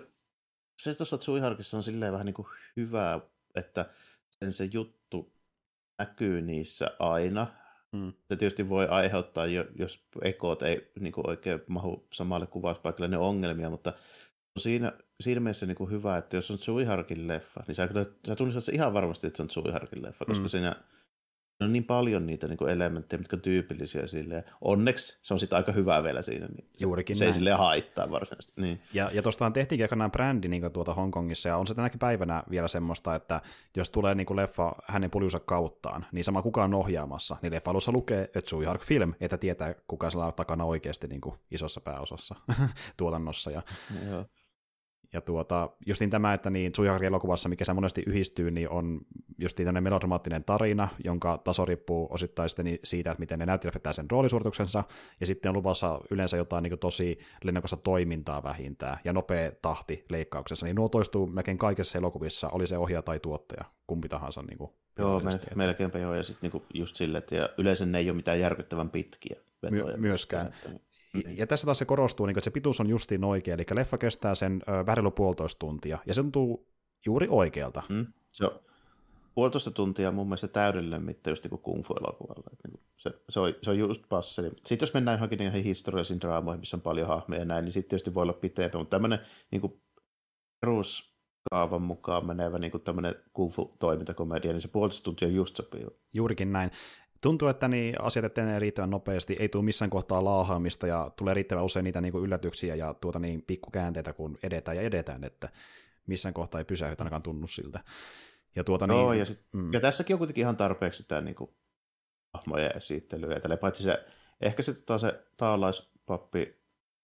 se tuossa Tsui Harkissa on silleen vähän niin kuin hyvä, että sen se juttu näkyy niissä aina. Hmm. Se tietysti voi aiheuttaa, jos ekot ei niin kuin oikein mahu samalle kuvauspaikalle, ne ongelmia, mutta on siinä, siinä mielessä niin kuin hyvä, että jos on Tsui Harkin leffa, niin sä, kyllä, sä tunnistat ihan varmasti, että se on Tsui Harkin leffa, koska hmm. siinä on niin paljon niitä niin kuin elementtejä, mitkä on tyypillisiä silleen. Onneksi se on sitten aika hyvä vielä siinä. Niin Juurikin se näin. Ei silleen haittaa varsinaisesti. Niin. Ja, ja tuostahan tehtiinkin aikanaan brändi niin tuota Hongkongissa, ja on se tänäkin päivänä vielä semmoista, että jos tulee niin kuin leffa hänen puljunsa kauttaan, niin sama kuka on ohjaamassa, niin leffa alussa lukee Tsui Hark Film, että tietää kuka sillä on takana oikeasti niin kuin isossa pääosassa tuotannossa. Ja, Joo. Ja tuota, justiin tämä, että niin Tsui Harkin elokuvassa, mikä se monesti yhdistyy, niin on justiin tämmöinen melodramaattinen tarina, jonka taso riippuu osittain sitten siitä, että miten ne näyttelijät pitää sen roolisuorituksensa, ja sitten on luvassa yleensä jotain niin kuin tosi lennokasta toimintaa vähintään, ja nopea tahti leikkauksessa, niin nuo toistuu melkein kaikessa elokuvissa, oli se ohjaaja tai tuottaja, kumpi tahansa. Niin kuin, joo, melkein, melkeinpä joo, ja sitten niin just sille, että ja yleensä ne ei ole mitään järkyttävän pitkiä vetoja. My- myöskään. Että, ja tässä taas se korostuu, että se pituus on justiin oikea, eli leffa kestää sen vähän reilu puolitoista tuntia, ja se tuntuu juuri oikealta. Mm, se on puolitoista tuntia mun mielestä täydellinen mitta just niin kuin Kung Fu-elokuvalla. Se, se, on, se on just passeli. Sitten jos mennään johonkin niihin historiallisiin draamoihin, missä on paljon hahmoja ja näin, niin sitten tietysti voi olla pitempi, mutta tämmöinen niin kuin peruskaavan mukaan menevä niin kuin tämmöinen Kung Fu-toimintakomedia, niin se puolitoista tuntia on just sopiva. Juurikin näin. Tuntuu, että niin asiat etenee riittävän nopeasti, ei tule missään kohtaa laahaamista ja tulee riittävän usein niitä niin kuin yllätyksiä ja tuota niin pikkukäänteitä, kun edetään ja edetään, että missään kohtaa ei pysähdy, ainakaan tunnu siltä. Ja, tuota, Joo, niin, ja, sit, mm. ja tässäkin on kuitenkin ihan tarpeeksi sitä niin kuin hahmojen esittelyä, ja paitsi se, ehkä se, tota, se taalaispappi,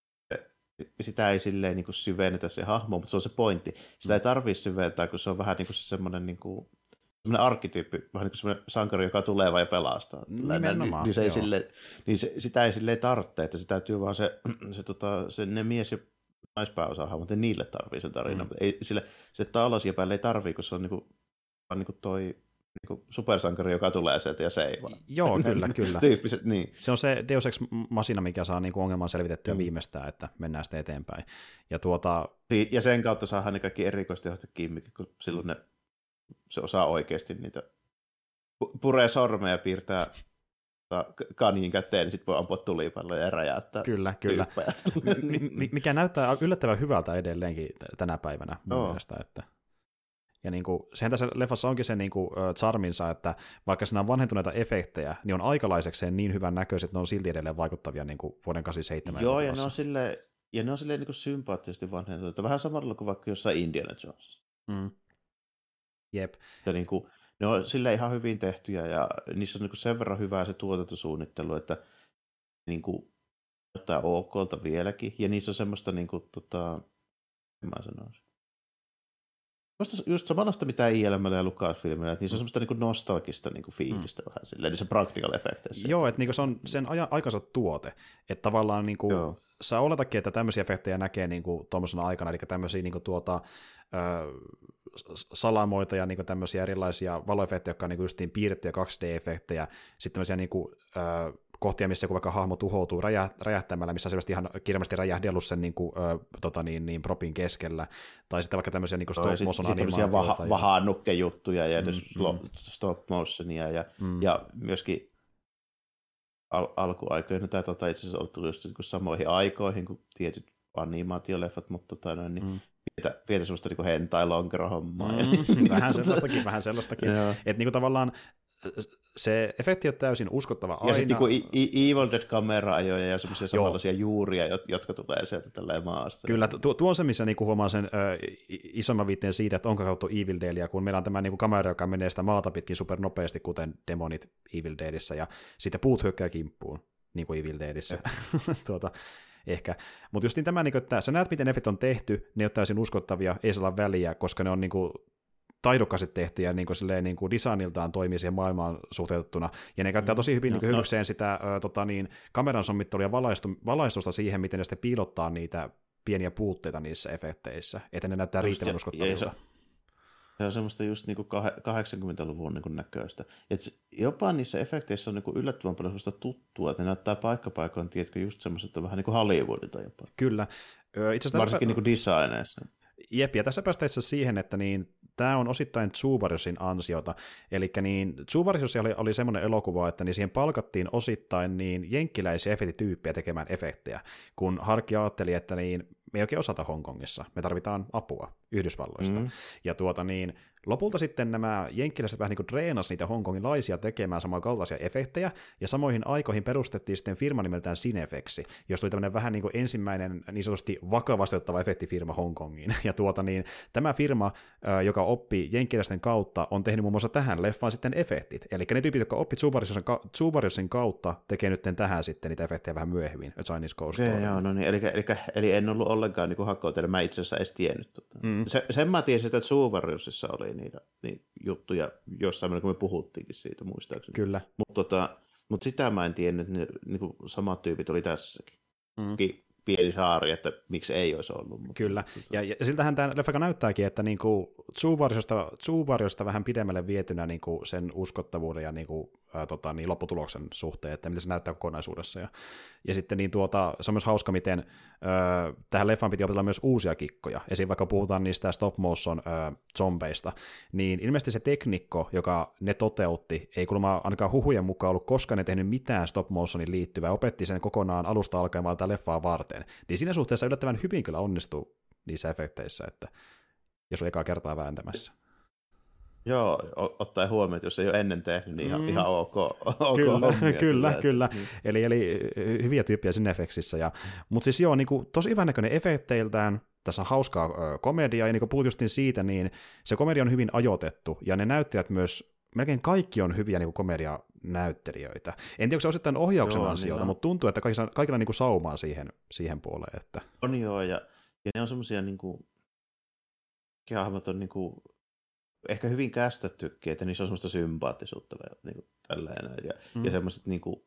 sitä ei silleen niin kuin syvennetä se hahmo, mutta se on se pointti. Sitä mm. ei tarvitse syventää, kun se on vähän niin kuin se semmoinen niin kuin semmoinen arkkityyppi, vähän niin kuin semmoinen sankari, joka tulee vaan ja pelastaa. Nimenomaan, niin, se ei sille, niin se, sitä ei silleen tarvitse, että se täytyy vaan se, se, tota, se ne mies- ja naispääosa, mutta niille tarvii sen tarinan. Mm. Ei, sille, se taalosjäpäille ei tarvii, kun se on niin kuin niin kuin toi niin kuin supersankari, joka tulee sieltä ja seivaa. Joo, kyllä, kyllä. Tyyppiset, niin. Se on se Deus Ex Machina, mikä saa niin kuin ongelman selvitettyä Mm. viimeistään, että mennään sitten eteenpäin. Ja, tuota... ja sen kautta saadaan ne kaikki erikoistehostet kiinni, kun silloin ne, se osaa oikeasti niitä puree sormeja ja piirtää kanjin käteen, niin sitten voi ampua tulipalloja ja räjäyttää. Kyllä, kyllä. Mikä näyttää yllättävän hyvältä edelleenkin tänä päivänä mun oh. mielestä. Että... Ja niin kuin, sehän tässä leffassa onkin se niin kuin, uh, charminsa, että vaikka siinä on vanhentuneita efektejä, niin on aikalaisekseen niin hyvän näköiset, että ne on silti edelleen vaikuttavia niin kuin vuoden kahdeksankymmentäseitsemän. Joo, ja ne on silleen, ja ne on silleen niin kuin sympaattisesti vanhentuneita. Vähän samalla kuin vaikka jossain Indiana Jones. Mm. Jep. Että niin kuin, ne on silleen ihan hyvin tehtyjä, ja niissä on niin kuin sen verran hyvää se tuotantosuunnittelu, että niin kuin, näyttää okolta vieläkin, ja niissä on semmoista, niin kuin, tota, mä sanoisin, just samanlaista mitä I L M:llä ja Lucasfilmillä, että niissä on semmoista niinku nostalgista niinku fiilistä mm. vähän silleen, niissä practical effekteissä. Joo, että niinku se on sen ajan, aikansa tuote, että tavallaan niinku, sä oletakin, että tämmöisiä efektejä näkee niinku tuommoisena aikana, eli tämmöisiä niinku tuota, ö, salamoita ja niinku tämmöisiä erilaisia valoefektejä, jotka on niinku justiin piirrettyjä kaksi D-efektejä, sitten tämmöisiä niinku, ö, kohtia, missä joku vaikka hahmo tuhoutuu räjä, räjähtämällä, missä on selvästi ihan kirjallisesti räjähdellut sen niin kuin, ö, tota niin, niin propin keskellä, tai sitten vaikka tämmöisiä niin stop motion animaatioita. Vaha, ja... vahanukkejuttuja ja mm, mm. stop motionia ja, mm. ja myöskin al- alkuaikoina tämä tota, itse asiassa on tullut just niin samoihin aikoihin kuin tietyt animaatioleffat, mutta tota, noin, niin mm. pietä, pietä semmoista niin hentai-lonkerohommaa. Mm, vähän sellaistakin, vähän sellaistakin. Että niin kuin tavallaan se efekti on täysin uskottava aina. Ja sitten niinku Evil Dead-kamera-ajoja ja semmoisia samanlaisia juuria, jotka tulee sieltä tälleen maasta. Kyllä, tuo, tuo on se, missä niinku huomaa sen ö, isomman viitteen siitä, että onko kautta Evil Deadia, kun meillä on tämä niinku kamera, joka menee sitä maata pitkin supernopeasti, kuten demonit Evil Deadissä, ja sitten puut hyökkää kimppuun, niin kuin Evil Deadissä. tuota, ehkä. Mutta just niin tämä, niinku, että sä näet, miten efektit on tehty, ne on täysin uskottavia, ei saa olla väliä, koska ne on niinku taidokkaasti tehty ja niin kuin, silleen, niin kuin designiltaan toimii siihen maailmaan suhteutettuna. Ja ne käyttää tosi hyvin no, niin kuin, hyödykseen no. sitä ö, tota, niin, kameran sommittelua ja valaistu, valaistusta siihen, miten ne sitten piilottaa niitä pieniä puutteita niissä efekteissä, että ne näyttää riittävän uskottavilta. Se, se on semmoista just niin kuin kahdeksankymmentäluvun niin kuin näköistä. Et jopa niissä efekteissä on niin kuin yllättävän paljon semmoista tuttua, että ne näyttää paikkapaikoin, tiedätkö, just semmoista vähän niin kuin Hollywoodilta jopa. Kyllä. Ö, itse varsinkin niin kuin designeissa. Jep, ja tässä päästään siihen, että niin, tämä on osittain Tsubariosin ansiota. Eli niin, Tsubarios oli, oli semmoinen elokuva, että niin siihen palkattiin osittain niin jenkkiläisiä efektityyppejä tekemään efektejä, kun Harkki ajatteli, että niin, me ei oikein osata Hongkongissa, me tarvitaan apua Yhdysvalloista. Mm. Ja tuota niin, lopulta sitten nämä jenkkiläiset vähän niin kuin treenasi niitä hongkongilaisia tekemään samankaltaisia efektejä, ja samoihin aikoihin perustettiin sitten firma nimeltään Cinefexi, josta oli tämmöinen vähän niin kuin ensimmäinen niin sanotusti vakavasti ottava efektifirma Hongkongiin. Ja tuota niin, tämä firma, joka oppi jenkkiläisten kautta, on tehnyt muun muassa tähän leffaan sitten efektit. Eli ne tyypit, jotka oppi Tsubariosin kautta, tekee nyt tähän sitten niitä efektejä vähän myöhemmin, A Chinese Ghost Story. Joo, no niin, eli, eli, eli en ollut ollenkaan niin hakkauteilla, mä itse asiassa edes tiennyt. Tota. Mm. Se, sen mä tiesin, että Tsubariosissa oli niitä niin, juttuja, jossain kun me puhuttiinkin siitä muistaakseni. Kyllä. Mutta tota, mut sitä mä en tiennyt, että ne, niin samat tyypit oli tässäkin. Mm. Pieni saari, että miksi ei olisi ollut. Mutta kyllä, ja, ja siltähän tämä leffa näyttääkin, että niinku Tsubariosta, Tsubariosta vähän pidemmälle vietynä niinku sen uskottavuuden ja niinku, ää, tota, niin lopputuloksen suhteen, että miten se näyttää kokonaisuudessa. Ja, ja sitten niin tuota, se on myös hauska, miten ää, tähän leffaan piti opetella myös uusia kikkoja. Esimerkiksi vaikka puhutaan niistä stop motion ää, zombeista, niin ilmeisesti se teknikko, joka ne toteutti, ei kuulemma ainakaan huhujen mukaan ollut koskaan ne tehnyt mitään stop motionin liittyvää, opetti sen kokonaan alusta alkaen vaan tätä leffaa varten. Niin siinä suhteessa yllättävän hyvin kyllä onnistuu niissä efekteissä, että jos on ekaa kertaa vääntämässä. Joo, ottaen huomioon, että jos ei ole ennen tehnyt, niin ihan, mm. ihan ok. ok kyllä, hommia, kyllä, kyllä. Mm. Eli, eli hyviä tyyppiä sinne efektissä. Ja, mutta siis joo, niin kuin, tosi hyvän näköinen efekteiltään, tässä on hauskaa ö, komediaa, ja niin kuin puhut justiin siitä, niin se komedia on hyvin ajoitettu, ja ne näyttelijät myös, melkein kaikki on hyviä niin kuin komedianäyttelijöitä. En tiedä, onko se osittain ohjauksen joo, ansiota, niin mutta tuntuu, että kaikilla, kaikilla niin kuin saumaa siihen, siihen puoleen. Että... On joo, ja, ja ne on semmoisia, niin kuin, hahmot on niin kuin, ehkä hyvin kästettykin, että niissä on semmoista sympaattisuutta niin kuin tällainen, ja, mm. ja semmoiset niin kuin,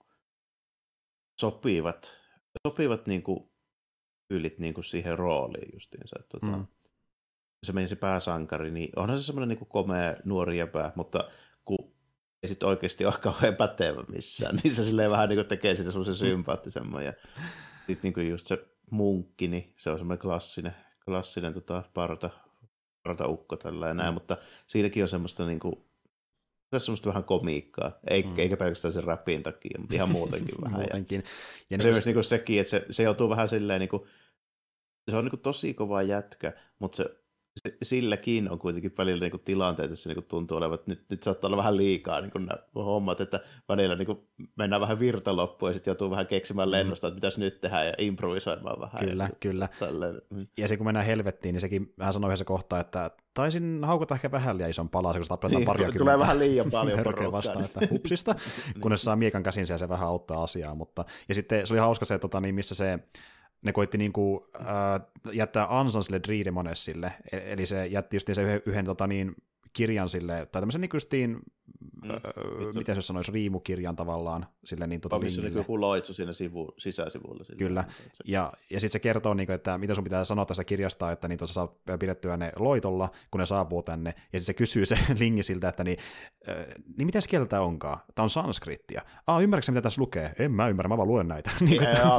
sopivat, sopivat niin kuin, ylit niin kuin siihen rooliin justiinsa. Että, mm. se meidän se pääsankari, niin onhan se semmoinen niin komea nuori jäpä, mutta kun ei sitten oikeasti ole kauhean pätevä missään, niin se silleen vähän niin kuin tekee sitä semmoisen sympaattisemman. Ja sitten niin just se munkki, niin se on semmoinen klassinen, klassinen tota, parta, partaukko tällä ja näin, mm. mutta siinäkin on semmoista niin kuin, semmoista vähän komiikkaa, Ei, mm. eikä pelkästään sen räpin takia, mutta ihan muutenkin vähän. muutenkin. Ja se myös niin sekin, että se, se joutuu vähän silleen, niin kuin, se on niin kuin tosi kova jätkä, mutta se Se, silläkin on kuitenkin välillä niinku tilanteet, että se niinku tuntuu olevan, että nyt, nyt saattaa olla vähän liikaa niinku nämä hommat, että välillä niinku mennään vähän virta loppuun ja sitten joutuu vähän keksimään lennosta, että mitäs nyt tehdään ja improvisoimaan vähän. Kyllä, ja, kyllä. Tälleen. Ja se kun mennään helvettiin, niin sekin vähän sanoi yhdessä kohtaa, että taisin haukata ehkä vähän liian ison palaa, kun tappetaan niin, paria tulee vähän liian paljon porukkaa. vastaan, että hupsista, kunnes saa miekan käsinsä ja se vähän auttaa asiaa. Mutta, ja sitten se oli hauska se, tota, niin missä se ne koitti niinku, äh, jättää ansan sille Dreamonessille, eli se jätti just se yhden, yhden tota niin, kirjan sille, tai tämmöisen niin justiin, mm, äh, miten se sanoisi, riimukirjan tavallaan sille niin tota Lingille. Missä on joku loitsu siinä sivu, sisäsivuilla. Sille. Kyllä, ja, ja sitten se kertoo, niin kuin, että mitä sun pitää sanoa tästä kirjasta, että niin tuossa saa pidettyä ne loitolla, kun ne saapuu tänne, ja sitten se kysyy se Lingi siltä, että niin, äh, niin mitäs kieltä onkaan? Tämä on sanskrittia. Ah, ymmärrätkö mitä tässä lukee? En mä ymmärrä, mä vaan luen näitä. niin kuin, että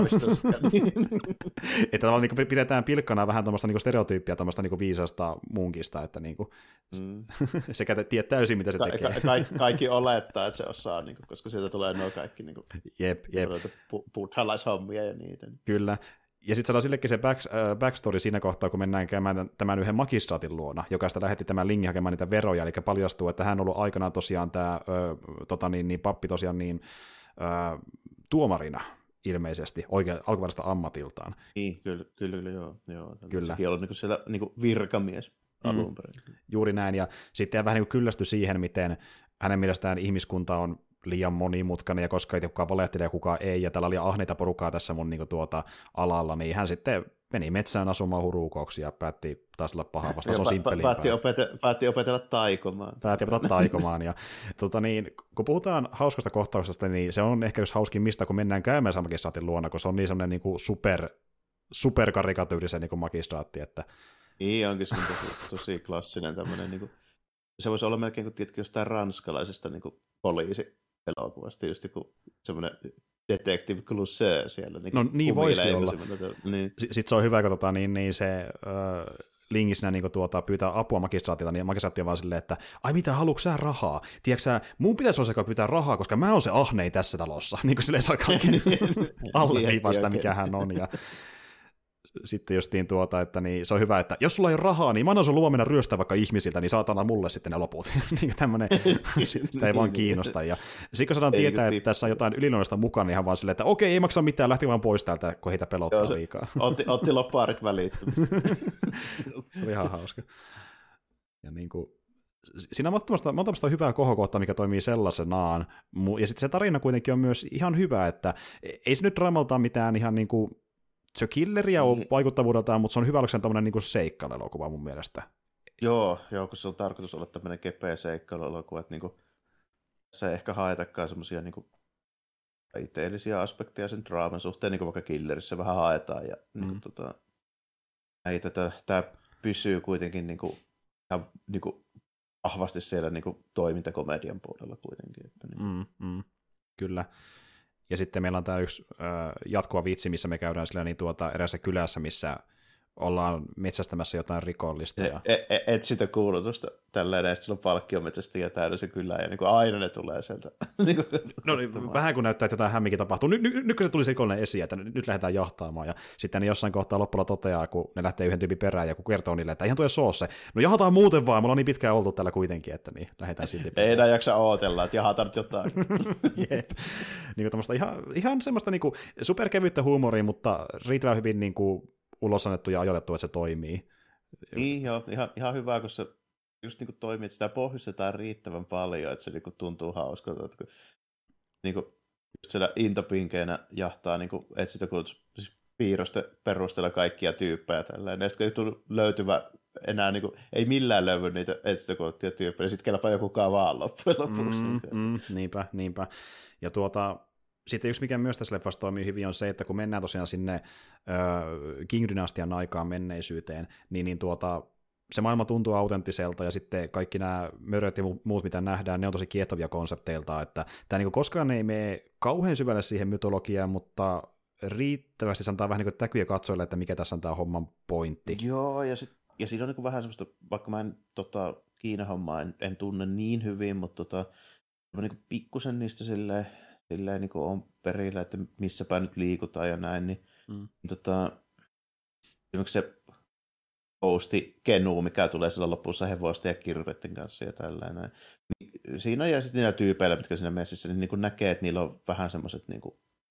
että tavallaan niin pidetään pilkkana vähän tuommoista niin stereotyyppiä tuommoista niin viisasta munkista, että niin kuin, mm. sekä tiedät täysin, mitä se Ka- tekee. Ka- ka- kaikki olettaa, että se osaa, niin kuin, koska sieltä tulee nuo kaikki niin kuin, jep, jep. buddhalaishommia ja niitä. Kyllä. Ja sitten saadaan sillekin se back, äh, backstory siinä kohtaa, kun mennään käymään tämän yhden magistraatin luona, joka sitä lähetti tämän Lingin hakemaan niitä veroja, eli paljastuu, että hän on ollut aikanaan tosiaan tämä tota niin, niin, pappi tosiaan niin, äh, tuomarina ilmeisesti oikein alkuperäistä ammatiltaan. Niin, kyllä, kyllä, kyllä joo. joo. Kyllä. Sekin on ollut niin siellä niin virkamies alun perin. Mm, juuri näin, ja sitten vähän niin kyllästyi siihen, miten hänen mielestään ihmiskunta on liian monimutkainen, ja koska ei tiedä kukaan valehtelee ja kukaan ei, ja täällä oli ahneita porukkaa tässä mun niin tuota, alalla, niin hän sitten meni metsään asumaan huruukoksi ja päätti taas olla paha vasta, se on simppelimpää. Päätti, opete- päätti opetella taikomaan. Päätti opetella taikomaan, ja tota niin, kun puhutaan hauskasta kohtauksesta, niin se on ehkä just hauskin mistä, kun mennään käymään sen magistraatin luona, kun se on niin semmoinen niin kuin super, superkarikatyyrisen niin kuin magistraatti, että niin, onkin se tosi, tosi klassinen tämmöinen, niin kuin, se voisi olla melkein kuin tietenkin jostain ranskalaisesta niin kuin poliisi-elokuvasta, just kuin semmoinen Detective Clouseau siellä. Niin, no niin voisi olla. Niin. Sitten se on hyvä, kun tota, niin, niin se äh, Lingisnä niin tuota, pyytää apua magistraatilta, niin magistraatti on vaan silleen, että ai mitä, haluatko sä rahaa? Tiedätkö sä, mun pitäisi olla se, joka pyytää rahaa, koska mä oon se ahnein tässä talossa. Niin kuin silleen saa kaikki alleviivaa sitä, mikä hän on. Ja sitten justiin tuota, että niin, se on hyvä, että jos sulla ei ole rahaa, niin mä annan sun luvan mennä ryöstää vaikka ihmisiltä, niin saatana mulle sitten ne loput. niin tämmöinen, sitä ei vaan kiinnosta. Ja sitten kun saadaan tietää, että tässä on jotain yliluonnollista mukana, niin ihan vaan silleen, että okei, ei maksa mitään, lähti vaan pois täältä, kun heitä pelottaa joo, se, liikaa. otti, otti loppaarit välittömästi. Se oli ihan hauska. Ja niin kuin, siinä on monta hyvää kohokohtaa, mikä toimii sellaisenaan, ja sitten se tarina kuitenkin on myös ihan hyvä, että ei se nyt dramaltaan mitään ihan niin kuin se on killeriä on vaikuttavuudeltaan, mutta se on hyvällökseen tämmöinen niin seikkailuelokuva mun mielestä. Joo, joo, kun se on tarkoitus olla tämmöinen kepeä seikkailuelokuva, että niinku, tässä ei ehkä haetakaan semmoisia niinku, iteellisiä aspekteja sen draaman suhteen, niin kuin vaikka killerissä vähän haetaan. Ja, mm. niinku, tota, ei tätä, tämä pysyy kuitenkin niinku, ihan niinku, vahvasti siellä niinku, toimintakomedian puolella kuitenkin. Että, niin. mm, mm, kyllä. Ja sitten meillä on tämä yksi äh, jatkuva vitsi, missä me käydään sillä niin tuota eräässä kylässä, missä ollaan metsästämässä jotain rikollista. Ja et, et, et sitä kuulutusta tällainen, ja sitten sulla on palkkiometsästäjä täydellä se kylä, ja niin kuin aina ne tulee sieltä. No niin, vähän kun näyttää, että jotain hämminkin tapahtuu. Nyt, nyt, nyt kun se tuli se rikollinen esiin, että nyt, nyt lähdetään jahtaamaan, ja sitten ne jossain kohtaa loppuilla toteaa, kun ne lähtee yhden tyypin perään, ja kun kertoo niille, että ihan tuo soo se. No jahataan muuten vaan, mulla on niin pitkään oltu täällä kuitenkin, että niin, lähdetään silti perään. Ei enää jaksa ootella, että jahataan nyt jotain. Jep. Niin kuin ihan, ihan semmoista niin kuin superkevyttä huumoria, mutta riittävän hyvin niin kuin ulos annettu ja ajoitettu, että se toimii. Niin joo, ihan, ihan hyvä, kun se just niin kuin toimii, että sitä pohjustetaan riittävän paljon, että se niin kuin tuntuu hauskalta. Että kun, niin kuin, just siellä intopinkeinä jahtaa niin kuin etsitä, kun siis piirrosten perusteella kaikkia tyyppejä tällainen. Ja sitten kun ei tullut löytyvä enää, niin kuin, ei millään löydy niitä etsitäkoottia tyyppejä, niin sitten kelpaa joku vaan loppujen lopuksi. Mm, mm, niinpä, niinpä. Ja tuota, sitten yksi, mikä myös tässä leffassa toimii hyvin, on se, että kun mennään tosiaan sinne äh, King-dynastian aikaan menneisyyteen, niin, niin tuota, se maailma tuntuu autenttiselta, ja sitten kaikki nämä möröt ja muut, mitä nähdään, ne on tosi kiehtovia konsepteilta, että tämä niin koskaan ei mene kauhean syvälle siihen mytologiaan, mutta riittävästi se antaa vähän niin täkyjä katsojille, että mikä tässä on tämä homman pointti. Joo, ja, sit, ja siinä on niin vähän semmoista, vaikka mä en tota, Kiina-hommaa en, en tunne niin hyvin, mutta tota, mä niin pikkusen niistä silleen, silleen niin on perillä, että missäpä nyt liikutaan ja näin, niin, mm. niin tota, esimerkiksi se posti Kenu, mikä tulee silloin lopussa hevosten ja kirvetten kanssa ja tällainen. Niin siinä on ja sitten niillä tyypeillä, mitkä siinä messissä, niin, niin kuin näkee, että niillä on vähän semmoiset niin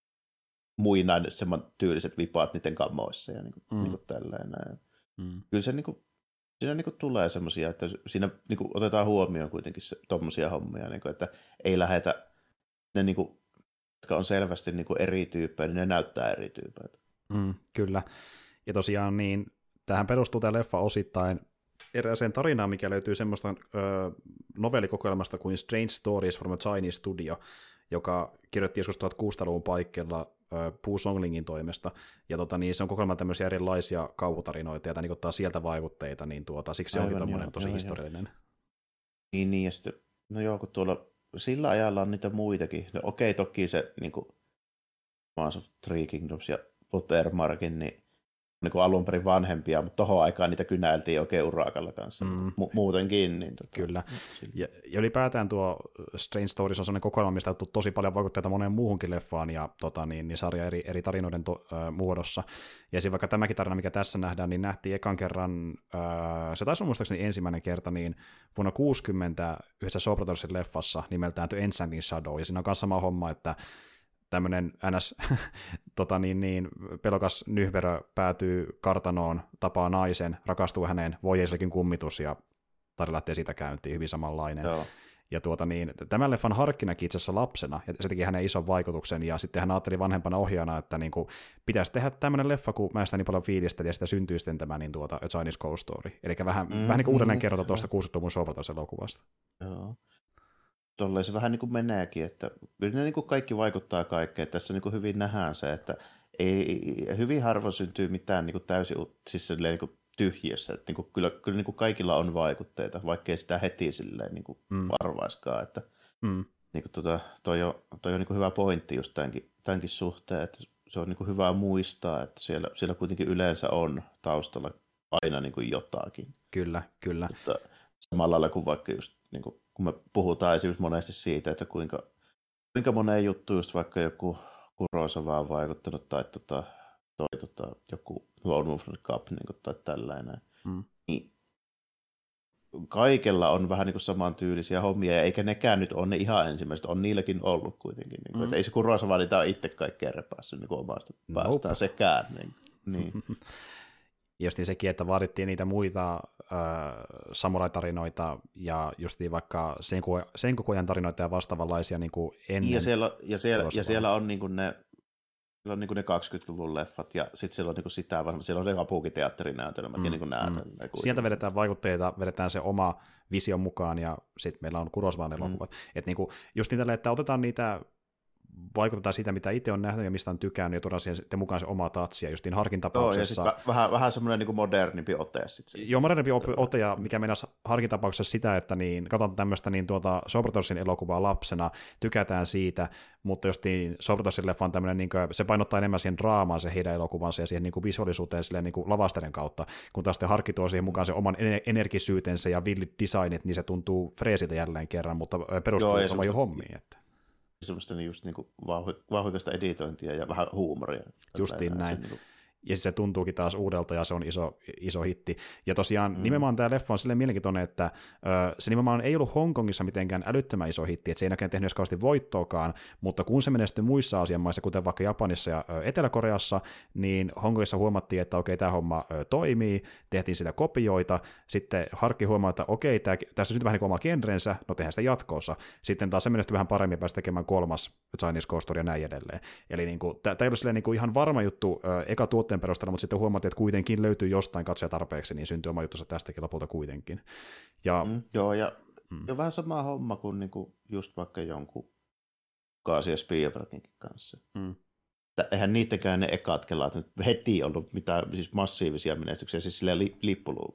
muinainen semmoinen tyyliset vipaat niiden kammoissa ja niin kuin, mm. niin kuin tällainen. Mm. Kyllä se niin kuin, siinä niin kuin tulee semmoisia, että siinä niin kuin otetaan huomioon kuitenkin tuommoisia hommia, niin kuin, että ei lähetä ne, niin kuin, jotka on selvästi niin kuin eri tyyppejä, niin ne näyttää eri tyypeiltä. Mm, kyllä. Ja tosiaan niin, tähän perustuu tämä leffa osittain erääseen tarinaan, mikä löytyy semmoista ö, novellikokoelmasta kuin Strange Stories from a Chinese Studio, joka kirjoitti joskus tuhatkuusisataaluvun paikkeilla ö, Pu Songlingin toimesta, ja tota, niin se on kokoelma tämmöisiä erilaisia kauhutarinoita, ja tämä niin ottaa sieltä vaikutteita, niin tuota, siksi se onkin tommoinen tosi joo, historiallinen. Joo. Niin, niin, ja sitten, no joo, kun tuolla sillä ajalla on niitä muitakin, no okei, toki se niin kuin Mass of Three Kingdoms ja Pottermarkin, niin niin kuin alun perin vanhempia, mutta tohon aikaan niitä kynäiltiin oikein urakalla kanssa. Mm. Mu- muutenkin. Niin tota, Kyllä. Ja, ja ylipäätään tuo Strange Stories on sellainen kokoelma, mistä on tosi paljon vaikutteita moneen muuhunkin leffaan ja tota, niin, niin sarja eri, eri tarinoiden to, äh, muodossa. Ja siinä vaikka tämäkin tarina, mikä tässä nähdään, niin nähtiin ekan kerran, äh, se taisi olla muistaakseni ensimmäinen kerta, niin vuonna kuusikymmentä yhdessä Shaw Brothersin leffassa nimeltään The Enchanting Shadow. Ja siinä on myös sama homma, että tämmöinen ns. tota niin, niin, pelokas nyhverö päätyy kartanoon, tapaa naisen, rakastuu häneen, voi Jeesuskin kummitus ja tarina lähtee siitä käyntiin, hyvin samanlainen. Joo. Ja tuota niin, tämän leffan Harkki näki itse asiassa lapsena, ja se teki hänen ison vaikutuksen, ja sitten hän ajatteli vanhempana ohjaajana, että niin kuin, pitäisi tehdä tämmöinen leffa, kun mä sitä niin paljon fiilistelin, ja sitä syntyy sitten tämä niin tuota, A Chinese Ghost Story. Eli vähän, mm, vähän niin kuin uudelleen kerrota tuosta kuusikymmentäluvun Shaw Brothers elokuvasta. Joo. Tolleen se vähän niin kuin meneekin, että kyllä ne niin kuin kaikki vaikuttaa kaikkeen. Tässä niin kuin hyvin nähdään se, että ei, hyvin harvoin syntyy mitään niin kuin täysin siis niin kuin tyhjiössä. Että niin kuin, kyllä kyllä niin kuin kaikilla on vaikutteita, vaikkei sitä heti silleen niin kuin mm. arvaiskaan. Että, mm. niin kuin tota, toi on, toi on niin kuin hyvä pointti just tämänkin, tämänkin suhteen, että se on niin kuin hyvä muistaa, että siellä, siellä kuitenkin yleensä on taustalla aina niin kuin jotakin. Kyllä, kyllä. Mutta samalla lailla kuin vaikka just niin kuin kun me puhutaan esimerkiksi monesti siitä, että kuinka, kuinka moneen juttu just vaikka joku Kurosawa on vaikuttanut tai tota, toi, tota, joku Lone Wolf Cup niin tai tällainen. Mm. Niin kaikella on vähän niin kuin samantyylisiä hommia, eikä nekään nyt ole ne ihan ensimmäiset, on niilläkin ollut kuitenkin. Niin kuin, mm. että ei se Kurosawa niitä ole itse kaikkea repässyt niin omasta nope. päästään sekään. Niin, niin. Justiin sekin, että vaadittiin niitä muita äh, samurai-tarinoita ja justiin vaikka Senkokujan tarinoita ja vastaavanlaisia niin kuin ennen. Ja siellä, ja siellä, ja siellä on niin kuin ne, siellä on niin kuin ne kaksikymmentäluvun leffat ja sitten siellä on niin kuin sitä, siellä on ne Kabuki-teatterinäytelmät mm, ja niin kuin nämä. Mm. Sieltä vedetään vaikutteita, vedetään se oma vision mukaan ja sitten meillä on Kurosawan elokuvat. Mm. Että niin kuin, just niin tälle, että otetaan niitä vaikutetaan siitä, mitä itse on nähnyt ja mistä on tykännyt, ja tuodaan siihen mukaan se oma tatsi, ja justiin Harkin tapauksessa. Joo, ja sitten vähän, vähän semmoinen niin kuin modernimpi ote sitten. Joo, modernimpi ote, ja mikä meinasi Harkin tapauksessa sitä, että niin, katsotaan tämmöistä niin tuota Shaw Brothersin elokuvaa lapsena, tykätään siitä, mutta justiin Shaw Brothersin leffa on tämmöinen, niin kuin, se painottaa enemmän siihen draamaan, se heidän elokuvansa, ja siihen niin kuin visuaalisuuteen silleen, niin kuin lavasteiden kautta, kun taas sitten Harkki tuo siihen mukaan se oman energisyytensä ja villit designit, niin se tuntuu freesiltä jälleen kerran, mutta perustuu jo, jo hommiin, että semmoista just niinku vauhikasta editointia ja vähän huumoria. Justiin näin. Niin kuin ja se tuntuukin taas uudelta, ja se on iso, iso hitti. Ja tosiaan mm. nimenomaan tämä leffa on silleen mielenkiintoinen, että ö, se nimenomaan ei ollut Hongkongissa mitenkään älyttömän iso hitti, että se ei näkään tehnyt edes kauheasti voittoakaan, mutta kun se menestyi muissa Aasian maissa, kuten vaikka Japanissa ja ö, Etelä-Koreassa, niin Hongkongissa huomattiin, että okei, tämä homma ö, toimii, tehtiin sitä kopioita, sitten Harkki huomaa, että okei, tää, tässä syntyi vähän niin kuin oma genrensä, no tehdään sitä jatkoossa. Sitten taas se menestyi vähän paremmin, pääsi tekemään kolmas Chinese Ghost Story ja näin edelleen. Eli niin kuin, tämä ei ollut silleen niin kuin ihan varma juttu ö, eka tuotteen perusteella, mutta sitten huomattiin, että kuitenkin löytyy jostain katsoja tarpeeksi, niin syntyy oma juttusa tästäkin lopulta kuitenkin. Ja, mm, joo, ja, mm. ja vähän sama homma kuin niinku just vaikka jonkun Kaasia Spielbergin kanssa. Mm. Eihän niitäkään ne ekat kelaat nyt heti ollut mitään siis massiivisia menestyksiä, siis sillä li, lippuluukulla.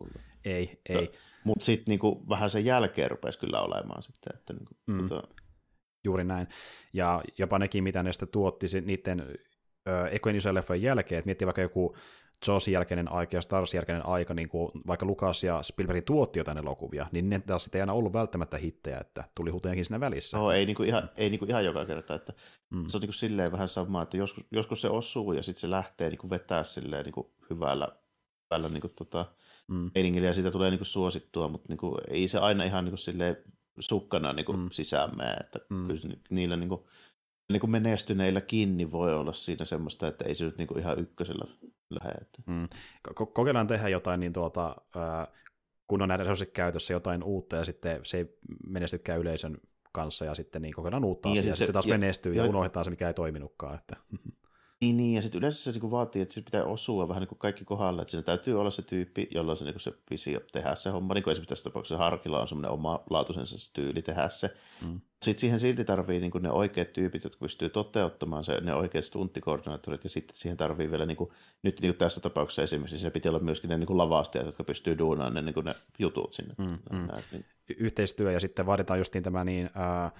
Ei, ei. Mutta sitten niinku, vähän sen jälkeen rupesi kyllä olemaan sitten. Että, niinku, mm. mutta... Juuri näin. Ja jopa nekin, mitä ne sitten tuotti niiden ekojen isojen leffojen jälkeen, että miettii vaikka joku Jawsin jälkeinen aika ja Starsin jälkeinen aika, niin kuin vaikka Lucas ja Spielberg tuotti jotain elokuvia, niin ne taas sitten ei aina ollut välttämättä hittejä, että tuli hutujakin siinä välissä. No, ei, niinku ihan, ei niinku ihan joka kerta, että mm. se on niinku silleen vähän sama, että joskus, joskus se osuu ja sitten se lähtee niinku vetää silleen niinku hyvällä, hyvällä niinku tota, mm. meiningillä ja siitä tulee niinku suosittua, mutta niinku, ei se aina ihan niinku silleen sukkana niinku mm. sisään mene, että mm. kyllä niillä niinku, niinku menestyneilläkin niin voi olla siinä semmoista, että ei se nyt niinku ihan ykkösellä lähde. Mm. Ko- kokeillaan tehdä jotain, niin tuota, äh, kun on näitä resurssit käytössä jotain uutta ja sitten se ei menestykään yleisön kanssa ja sitten niin kokeillaan uutta niin asiaa ja sitten se taas ja, menestyy ja, ja unohdetaan se, mikä ei toiminutkaan. Että. Niin, niin, ja sitten yleensä se niinku vaatii, että se pitää osua vähän niin kuin kaikki kohdalla, että siinä täytyy olla se tyyppi, jolla on se, niinku se visio tehdä se homma, niin kuin esimerkiksi tässä tapauksessa Harkilla on semmoinen oma laatuisensa se tyyli tehdä se. Mm. Sitten siihen silti tarvii niinku ne oikeat tyypit, jotka pystyy toteuttamaan se, ne oikeat stuntikoordinaattorit, ja sitten siihen tarvii vielä, niinku, nyt niinku tässä tapauksessa esimerkiksi, siinä pitää olla myöskin ne niinku lavastajat, jotka pystyy duunaan ne, niinku ne jutut sinne. Mm, mm. Näin, niin. Yhteistyö, ja sitten vaaditaan justiin tämä niin... Äh,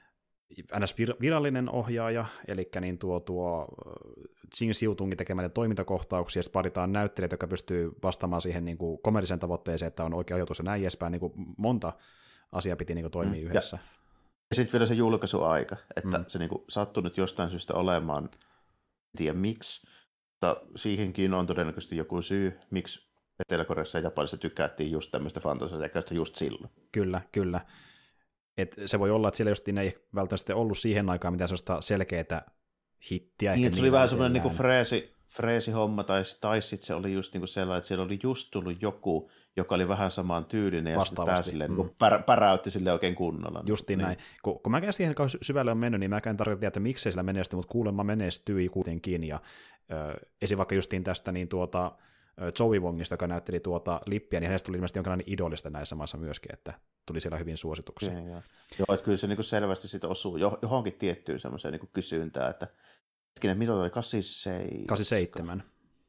ns. Virallinen ohjaaja, eli niin tuo, tuo Jing Siutungin tekemään toimintakohtauksia, ja sitten vaaditaan näyttelijät, jotka pystyy vastaamaan siihen niin kuin komedisen tavoitteeseen, että on oikea ajoitus ja näin edespäin, niin kuin monta asiaa piti niin kuin toimia mm, yhdessä. Ja, ja sitten vielä se julkaisuaika, että mm. se niin kuin sattui nyt jostain syystä olemaan, en tiedä miksi, mutta siihenkin on todennäköisesti joku syy, miksi Etelä-Koreassa ja Japanissa tykättiin just tämmöistä fantasiakäistä just silloin. Kyllä, kyllä. Et se voi olla, että siellä justiin ei välttämättä ollut siihen aikaan mitään sellaista selkeää hittiä. Niin, se oli vähän semmoinen niinku freesi, freesi homma, tai, tai sitten se oli just niinku sellainen, että siellä oli just tullut joku, joka oli vähän samaan tyylinen, ja sitten tämä silleen, mm. niinku pär, päräytti sille oikein kunnolla. Justiin niin. Näin. Kun, kun mäkään siihen syvälle on mennyt, niin mäkään tarkoitan, että miksei sillä menesty, mutta kuulemma menestyi kuitenkin, ja äh, esim. Vaikka justiin tästä niin tuota... Joey Wongista, joka näytteli tuota Lippiä, niin hänestä tuli ilmeisesti jonkinlainen idolista näissä maissa myöskin, että tuli siellä hyvin suosituksia. Ja, ja. Joo, että kyllä se niin kuin selvästi sit osuu johonkin tiettyyn semmoiseen niin kuin kysyntään, että hetkinen, mitä oli kahdeksankymmentäseitsemän? kahdeksankymmentäseitsemän.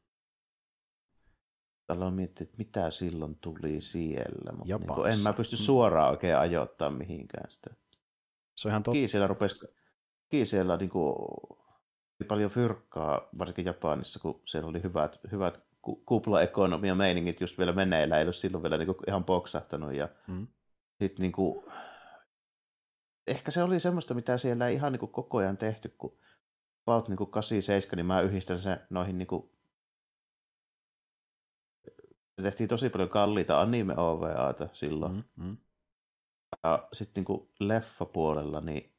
Tällä on miettinyt, että mitä silloin tuli siellä, mutta niin kuin, en mä pysty suoraan oikein ajoittaa mihinkään sitä. Se on ihan totta. Siellä rupesi, siellä niin kuin, oli paljon fyrkkaa, varsinkin Japanissa, kun siellä oli hyvät, hyvät kupla-ekonomia meiningit just vielä meneillä, ei ole silloin vielä niinku ihan boksahtanut. Ja mm. sit niinku, ehkä se oli semmoista, mitä siellä ei ihan niinku koko ajan tehty, kun about niinku kahdeksankymmentäseitsemän, niin mä yhdistän sen noihin niinku, tehtiin tosi paljon kalliita anime-O V A:ta silloin. Mm, mm. Ja sitten niinku leffapuolella, niin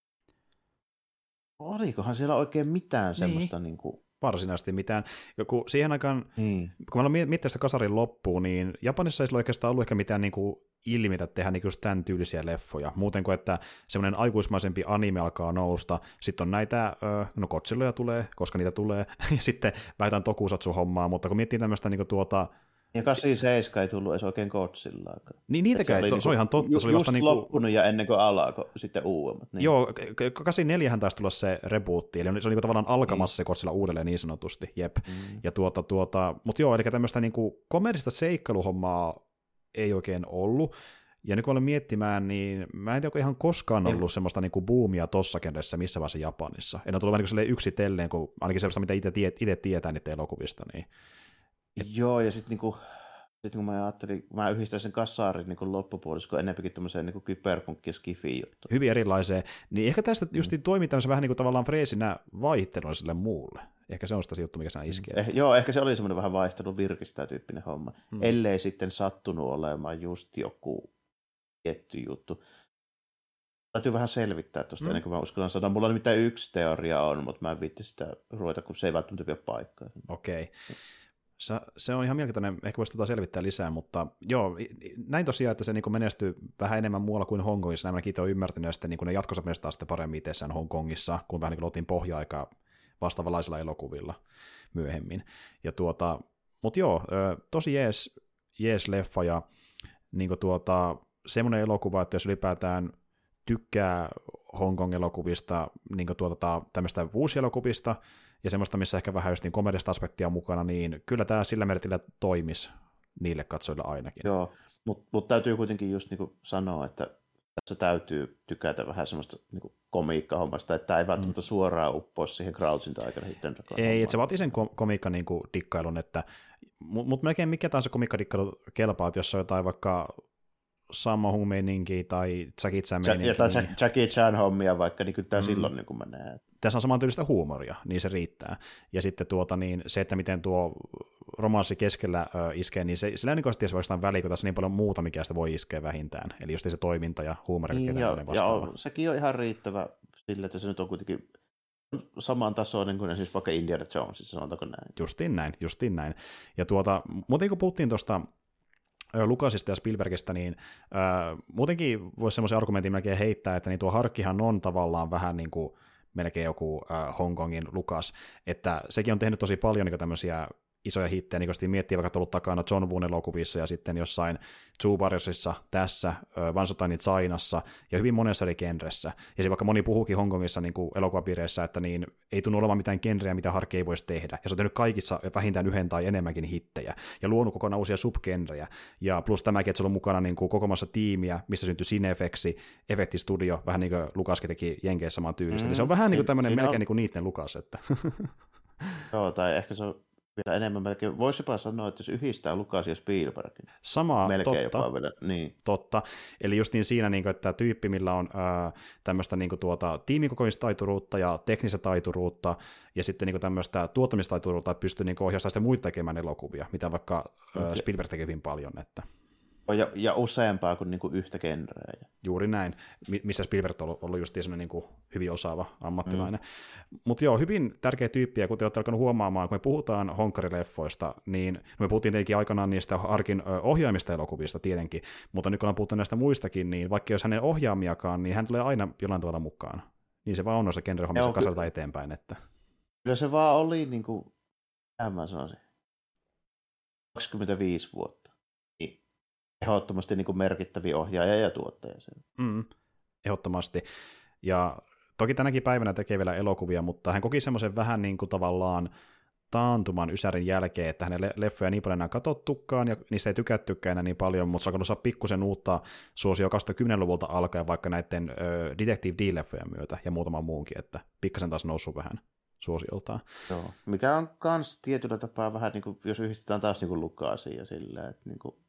olikohan siellä oikein mitään semmoista niin. niinku varsinaisesti mitään. Joku siihen aikaan, niin. kun mä olen miettinyt sitä kasarin loppuun, niin Japanissa ei sillä oikeastaan ollut ehkä mitään niin kuin ilmiötä tehdä niin kuin tämän tyylisiä leffoja. Muuten kuin, että semmoinen aikuismaisempi anime alkaa nousta, sitten on näitä, no Godzilloja tulee, koska niitä tulee, ja sitten vähintään tokusatsu-hommaa, mutta kun miettii tämmöistä niin kuin tuota... Ja kahdeksankymmentäseitsemän ei tullut edes oikein Godzillaakaan. Niin niitäkään, se, se, se on ihan totta. Ju, se oli vasta just niin kuin... loppunut ja ennen kuin alkoi sitten uudemmat. Niin. Joo, kahdeksankymmentäneljä taisi tulla se rebootti, eli se on niin kuin tavallaan alkamassa se Godzilla uudelleen niin sanotusti, jep. Mm. Ja tuota, tuota, mutta joo, eli tämmöistä niin kuin komedista seikkailuhommaa ei oikein ollut. Ja nyt kun olen miettimään, niin mä en tiedä, onko ihan koskaan ollut ei. semmoista niin kuin boomia tossa kenessä missä vaiheessa Japanissa. En ole tullut vähän niin yksitellen, kun ainakin sellaista, mitä itse, itse tietää niiden elokuvista, niin Et... Joo, ja sitten niinku, sit kun mä ajattelin, mä yhdistän sen kasarin niinku loppupuolissa, kun enemmänkin tämmöiseen niinku kyberpunkki- ja skifi-juttu. Hyvin erilaiseen. Niin ehkä tästä mm. just toimii tämmöisen vähän niin kuin tavallaan freesinä vaihteluna sille muulle. Ehkä se on sitä juttu, mikä siinä iskee. Eh, joo, ehkä se oli semmoinen vähän vaihtelun virkistää tyyppinen homma. Mm. Ellei sitten sattunut olemaan just joku tietty juttu. Täytyy vähän selvittää tuosta mm. ennen kuin mä uskallan sanoa. Mulla on mitään yksi teoria on, mutta mä en viitti sitä ruveta, kun se ei välttämättä pidä paikkaa. Okei. Okay. Se, se on ihan mielenkiintoinen, ehkä voisi tuota selvittää lisää, mutta joo, näin tosiaan, että se niin menestyy vähän enemmän muualla kuin Hongkongissa, näin mäkin olen ymmärtänyt, ja sitten niin ne jatkossa menestyy sitten paremmin itsessään Hongkongissa, kun vähän niin luotiin pohja-aikaa vastaavanlaisilla elokuvilla myöhemmin. Ja tuota, mutta joo, tosi jees, jees leffa, ja niin tuota, semmoinen elokuva, että jos ylipäätään tykkää Hongkong-elokuvista, niin tuota, tämmöistä vuosielokuvista, ja semmoista, missä ehkä vähän just niin komedista aspektia mukana, niin kyllä tämä sillä merkillä toimisi niille katsojille ainakin. Joo, mutta mut täytyy kuitenkin just niinku sanoa, että tässä täytyy tykätä vähän semmoista niinku komiikkahommasta, että tämä ei välttämättä mm. suoraan uppoa siihen Crouchin aikana. Ei, että se vaatii sen komiikka niinku dikkailun, että, mutta mut melkein mikä tahansa komiikkadikkailu kelpaa, että jos on jotain vaikka Sammo Hu-meininkiä tai Jackie Chan-meininkiä. Tai niin... Jackie Chan-hommia vaikka, niin kyllä tämä mm. silloin niin menee. Tässä on samantyylistä huumoria, niin se riittää. Ja sitten tuota, niin se, että miten tuo romanssi keskellä äh, iskee, niin se, sillä ei niin oikeasti oikeastaan väliä, kun tässä on niin paljon muuta, mikä sitä voi iskeä vähintään. Eli just se toiminta ja huumori. Niin, ja, ja on, sekin on ihan riittävä sille, että se nyt on kuitenkin saman tasoinen kuin esimerkiksi vaikka Indiana Jonesissa, sanotaanko näin. Justiin näin, justiin näin. Ja tuota, muuten kun puhuttiin tuosta Lucasista ja Spielbergistä, niin äh, muutenkin voisi semmoisen argumentin melkein heittää, että niin tuo Harkkihan on tavallaan vähän niin kuin melkein joku äh, Hongkongin Lucas, että sekin on tehnyt tosi paljon niin tämmöisiä isoja hittejä, niin kun miettii vaikka ollut takana John Woon elokuvissa ja sitten jossain Zoo Warriorsissa, tässä, Once Upon a Chinassa ja hyvin monessa eri genressä. Ja se vaikka moni puhuukin Hongkongissa niin kuin elokuvapiireissä, että niin ei tunnu olemaan mitään genreä, mitä Harkki ei voisi tehdä. Ja se on tehnyt kaikissa vähintään yhden tai enemmänkin hittejä ja luonut kokonaan uusia subgenrejä. Ja plus tämäkin, että se on mukana niin kuin kokoamassa tiimiä, missä syntyi Cinefexi, efektistudio, vähän niin kuin Lucaskin teki Jenkeissä saman tyylistä. Mm, niin se on vähän niin kuin tämmöinen melkein on... niin kuin niiden Lucas. Että... Joo, tai ehkä se on vielä enemmän melkein. Voisi jopa sanoa, että jos yhdistää Lucas ja Spielbergin. Samaa, melkein totta. Jopa vielä. Niin. Totta. Eli just niin siinä, niin kuin, että tyyppi, millä on ää, tämmöistä niin kuin, tuota, tiimikokoistaituruutta ja teknistä taituruutta ja sitten niin kuin, tämmöistä tuottamistaituruutta, että pystyy niin ohjaamaan sitä muita tekemään elokuvia, mitä vaikka okay. Spielberg tekee hyvin paljon. Että... Ja, ja useampaa kuin, niin kuin yhtä genreä. Juuri näin, missä Spielberg on ollut, ollut just semmoinen niin kuin hyvin osaava ammattilainen. Mm. Mutta joo, hyvin tärkeä tyyppi, ja kuten olette alkanut huomaamaan, kun me puhutaan honkkarileffoista, niin no me puhuttiin tietenkin aikanaan niistä Harkin ohjaamista elokuvista tietenkin, mutta nyt kun on puhuttu näistä muistakin, niin vaikka jos hänen ohjaamiakaan, niin hän tulee aina jollain tavalla mukaan. Niin se vaan on noissa genrehommissa kasvataan eteenpäin. Että... Kyllä se vaan oli, niin kuin, mä sanoisin, kaksikymmentäviisi vuotta. Ehdottomasti niin kuin merkittäviä ohjaaja ja tuottaja. Mm, ehdottomasti. Ja toki tänäkin päivänä tekee vielä elokuvia, mutta hän koki semmoisen vähän niin kuin tavallaan taantuman Ysärin jälkeen, että hänen leffoja niin paljon enää katsottukaan, ja niistä ei tykättykään enää niin paljon, mutta se on alkanut saada pikkusen uutta suosio kaksituhattakymmenluvulta alkaen vaikka näiden ö, Detective D-leffojen myötä ja muutaman muunkin, että pikkasen taas noussut vähän suosioltaan. Joo, mikä on kans tietyllä tapaa vähän, niin kuin, jos yhdistetään taas niin kuin Lucasia ja sillä, että niin kuin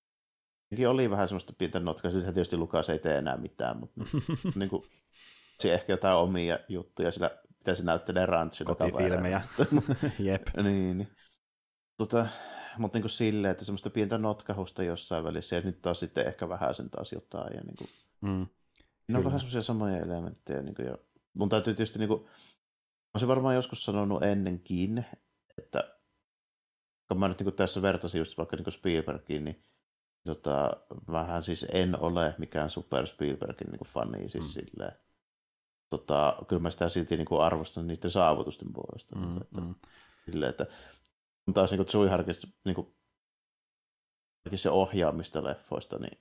oli vähän semmoista pientä notkaa, siis tietysti Lucas ei tee enää mitään, mutta niin kuin, se ehkä jotain omia juttuja, sillä mitä se näyttelee ranchilla. Kotifilmejä, jep. niin, niin. Tota, mutta niin kuin silleen, että semmoista pientä notkahusta jossain välissä, ja nyt taas sitten ehkä vähän sen taas jotain. Ja niin kuin, mm, ne on vähän semmoisia samoja elementtejä. Niin kuin, ja mun täytyy tietysti, niin kuin, olisin varmaan joskus sanonut ennenkin, että kun mä nyt niin kuin tässä vertasin just vaikka niin kuin Spielbergiin, niin Tota, vähän siis en ole mikään super Spielbergin niin kuin fani, siis mm. silleen. Tota, kyllä mä sitä silti niin kuin arvostan niiden saavutusten puolesta. Mm, niin, että, mm. silleen, että kun taas niin Tsui harkisi niin kuin, se ohjaamista leffoista, niin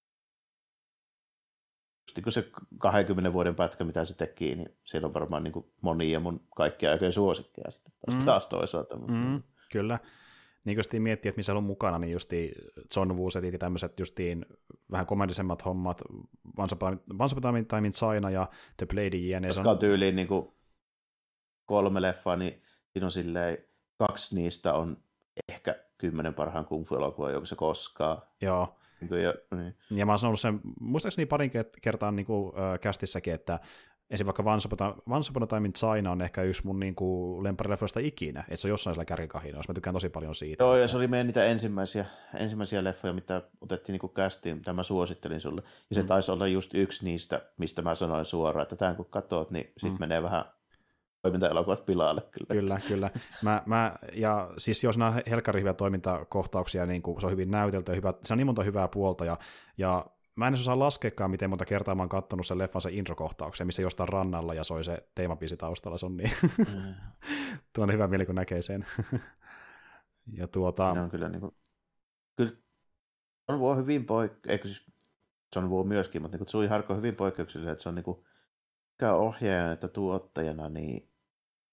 just niin se kahdenkymmenen vuoden pätkä, mitä se teki, niin siellä on varmaan niin kuin monia mun kaikkia oikein suosikkeja sitten taas, mm. taas toisaalta. Mm, kyllä. Niin kun miettii, että missä on mukana, niin justiin John Woosetit ja tämmöiset justiin vähän komedisemmat hommat, Once Upon a Time in China ja The Blade jne. Jotka on tyyliin niin kuin kolme leffaa, niin siinä on silleen, kaksi niistä on ehkä kymmenen parhaan kung fu-elokuvaa joukossa koskaan. Joo. Niin ja, niin. ja mä oon sanonut sen, muistaakseni parin kertaa niin kuin, äh, kästissäkin, että esim. Vaikka Once Upon a Time in China on ehkä yksi mun niinku lemparileffoista ikinä, että se on jossain siellä kärkikahinoissa. Mä tykkään tosi paljon siitä. Joo, ja se oli meidän niitä ensimmäisiä, ensimmäisiä leffoja, mitä otettiin niinku kästiin, mitä mä suosittelin sulle. Ja se mm. taisi olla just yksi niistä, mistä mä sanoin suoraan, että tämän kun katsot, niin sit mm. menee vähän toimintaelokuvat pilalle. Kyllä, kyllä. kyllä. Mä, mä, ja siis jos nämä helkkari hyviä toimintakohtauksia, niin se on hyvin näytelty ja hyvä, se on niin monta hyvää puolta, ja, ja mä en edes osaa laskeekaan, miten monta kertaa mä oon kattonut sen leffan sen introkohtauksen, missä jostain rannalla ja soi se teemabiisi taustalla, se on niin. Mm. Tuo on hyvä mieli, kun näkee sen. ja tuota... Ne on kyllä niin kuin... Kyllä John Woo hyvin poik... Eikö siis John Woo myöskin, mutta niin Tsui Harko on hyvin poikkeuksellinen, että se on niin kuin sekä ohjaajana että tuottajana niin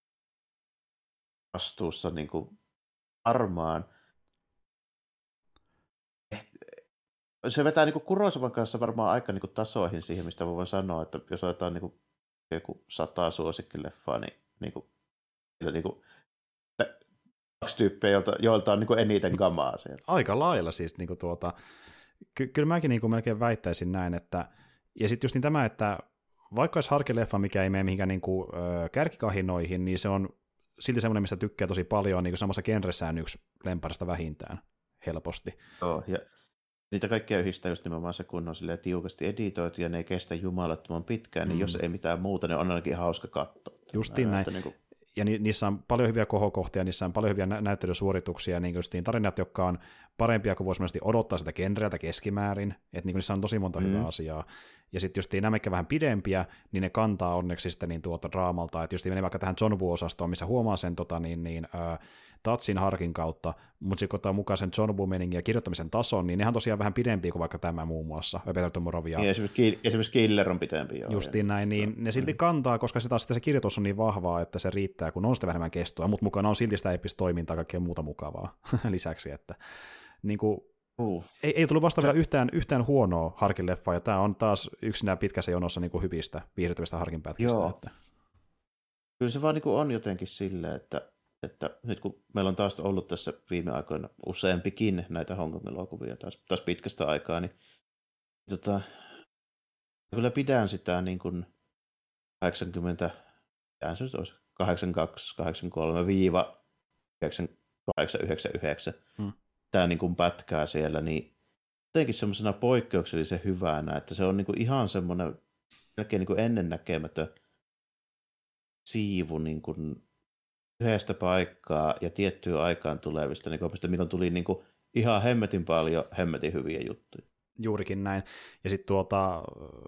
vastuussa niin kuin armaan se vetää niin Kurosawan kanssa varmaan aika niin tasoihin siihen, mistä voin sanoa, että jos otetaan niin joku sata suosikkileffaa, niin, niin, kuin, niin kuin, kaksi tyyppiä, joilta, joilta on niin eniten kamaa siellä. Aika lailla siis. Niin tuota, ky- kyllä mäkin niin melkein väittäisin näin, että ja sitten just niin tämä, että vaikka olisi Harkin-leffa, mikä ei mene mihinkään niin kuin, ö, kärkikahinoihin, niin se on silti semmoinen, mistä tykkää tosi paljon, niin kuin samassa genressään yksi lemparista vähintään helposti. Joo, ja niitä kaikkea yhdistää just nimenomaan se, kun on tiukasti editoitu ja ne ei kestä jumalattoman pitkään, mm. niin jos ei mitään muuta, niin on ainakin hauska katsoa. Justiin näin. Niin kuin... Ja ni- niissä on paljon hyviä kohokohtia, niissä on paljon hyviä nä- näyttelysuorituksia, niin justiin tarinat, jotka on parempia kuin voisi odottaa sitä genreiltä keskimäärin, että niin niissä on tosi monta mm. hyvää asiaa. Ja sitten justiin nämä, vähän pidempiä, niin ne kantaa onneksi sitten niin tuota draamalta, että justiin menee vaikka tähän John Woo-osastoon, missä huomaa sen tota, niin, niin, äh, Tatsin Harkin kautta, mutta sitten kun ottaa mukaan sen John Woo-meningin ja kirjoittamisen tason, niin nehän on tosiaan vähän pidempiä kuin vaikka tämä muun muassa, Better Tomorrow. Ja... Niin, esimerkiksi, esimerkiksi Killer on pitempi. Joo, justiin näin, niin ne silti kantaa, koska sitä, sitä se kirjoitus on niin vahvaa, että se riittää, kun on sitä vähemmän kestoa, mutta mukana on silti sitä epistä toimintaa, kaikkea muuta mukavaa lisäksi, että niin kuin, uh. ei, ei tullut vasta vielä yhtään, yhtään huonoa Harkin leffaa, ja tämä on taas yksinään pitkässä jonossa niin kuin hyvistä, viihdyttävistä Harkin pätkistä. Että... Kyllä se vaan niin kuin on jotenkin silleen, että että nyt kun meillä on taas ollut tässä viime aikoina useampikin näitä Hong Kong-elokuvia taas, taas pitkästä aikaa, niin tota, kyllä pidän sitä niin kuin kahdeksankymmentä, kahdeksankymmentäkaksi, kahdeksankymmentäkolme yhdeksänkymmentäkahdeksan, yhdeksänkymmentäyhdeksän hmm. tämä niin kuin pätkää siellä, niin jotenkin semmoisena poikkeuksellisen hyvänä, että se on niin kuin ihan semmoinen melkein niin kuin ennennäkemätön siivu niin kuin yhdestä paikkaa ja tiettyyn aikaan tulevista, niin kuin, milloin tuli niin kuin ihan hemmetin paljon hemmetin hyviä juttuja. Juurikin näin. Ja sitten tuota,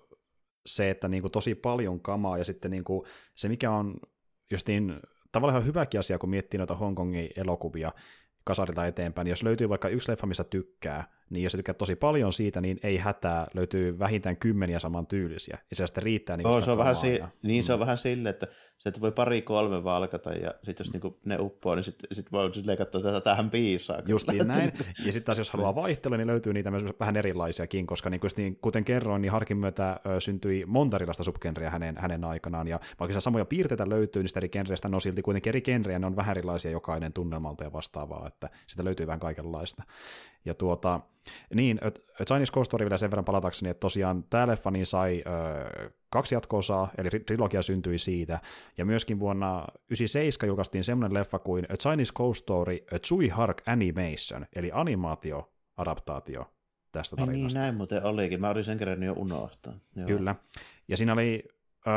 se, että niin kuin tosi paljon kamaa, ja sitten niin kuin se, mikä on justiin tavallaan ihan hyväkin asia, kun miettii noita Hongkongin elokuvia kasarilta eteenpäin, niin jos löytyy vaikka yksi leffa, missä tykkää, niin jos tykkää tosi paljon siitä, niin ei hätää, löytyy vähintään kymmeniä saman tyylisiä, ja se sitten riittää niin oh, se on vähän si- ja... Niin, mm. se on vähän silleen, että se että voi pari kolme valkata, ja sitten jos mm. niinku ne uppoo, niin sitten sit voi silleen katsoa, että tähän piisaa. Justiin näin, ja sitten taas jos haluaa vaihtelua, niin löytyy niitä myös vähän erilaisiakin, koska niin, niin, kuten kerroin, niin Harkin myötä ö, syntyi monta erilaista subgenreä hänen, hänen aikanaan, ja vaikka samoja piirteitä löytyy niistä eri genreistä, ne on silti kuitenkin eri genreä, ne on vähän erilaisia jokainen tunnelmalta ja vastaavaa, että sitä löytyy vähän kaikenlaista. Ja tuota, niin, A Chinese Ghost Story vielä sen verran palatakseni, että tosiaan tämä leffa niin sai ö, kaksi jatko-osaa, eli trilogia syntyi siitä, ja myöskin vuonna yhdeksänkymmentäseitsemän julkaistiin semmoinen leffa kuin A Chinese Ghost Story, A Tsui Hark Animation, eli animaatio-adaptaatio tästä tarinasta. Niin, näin muuten olikin, mä olin sen kerran jo unohtaa. Joo. Kyllä, ja siinä oli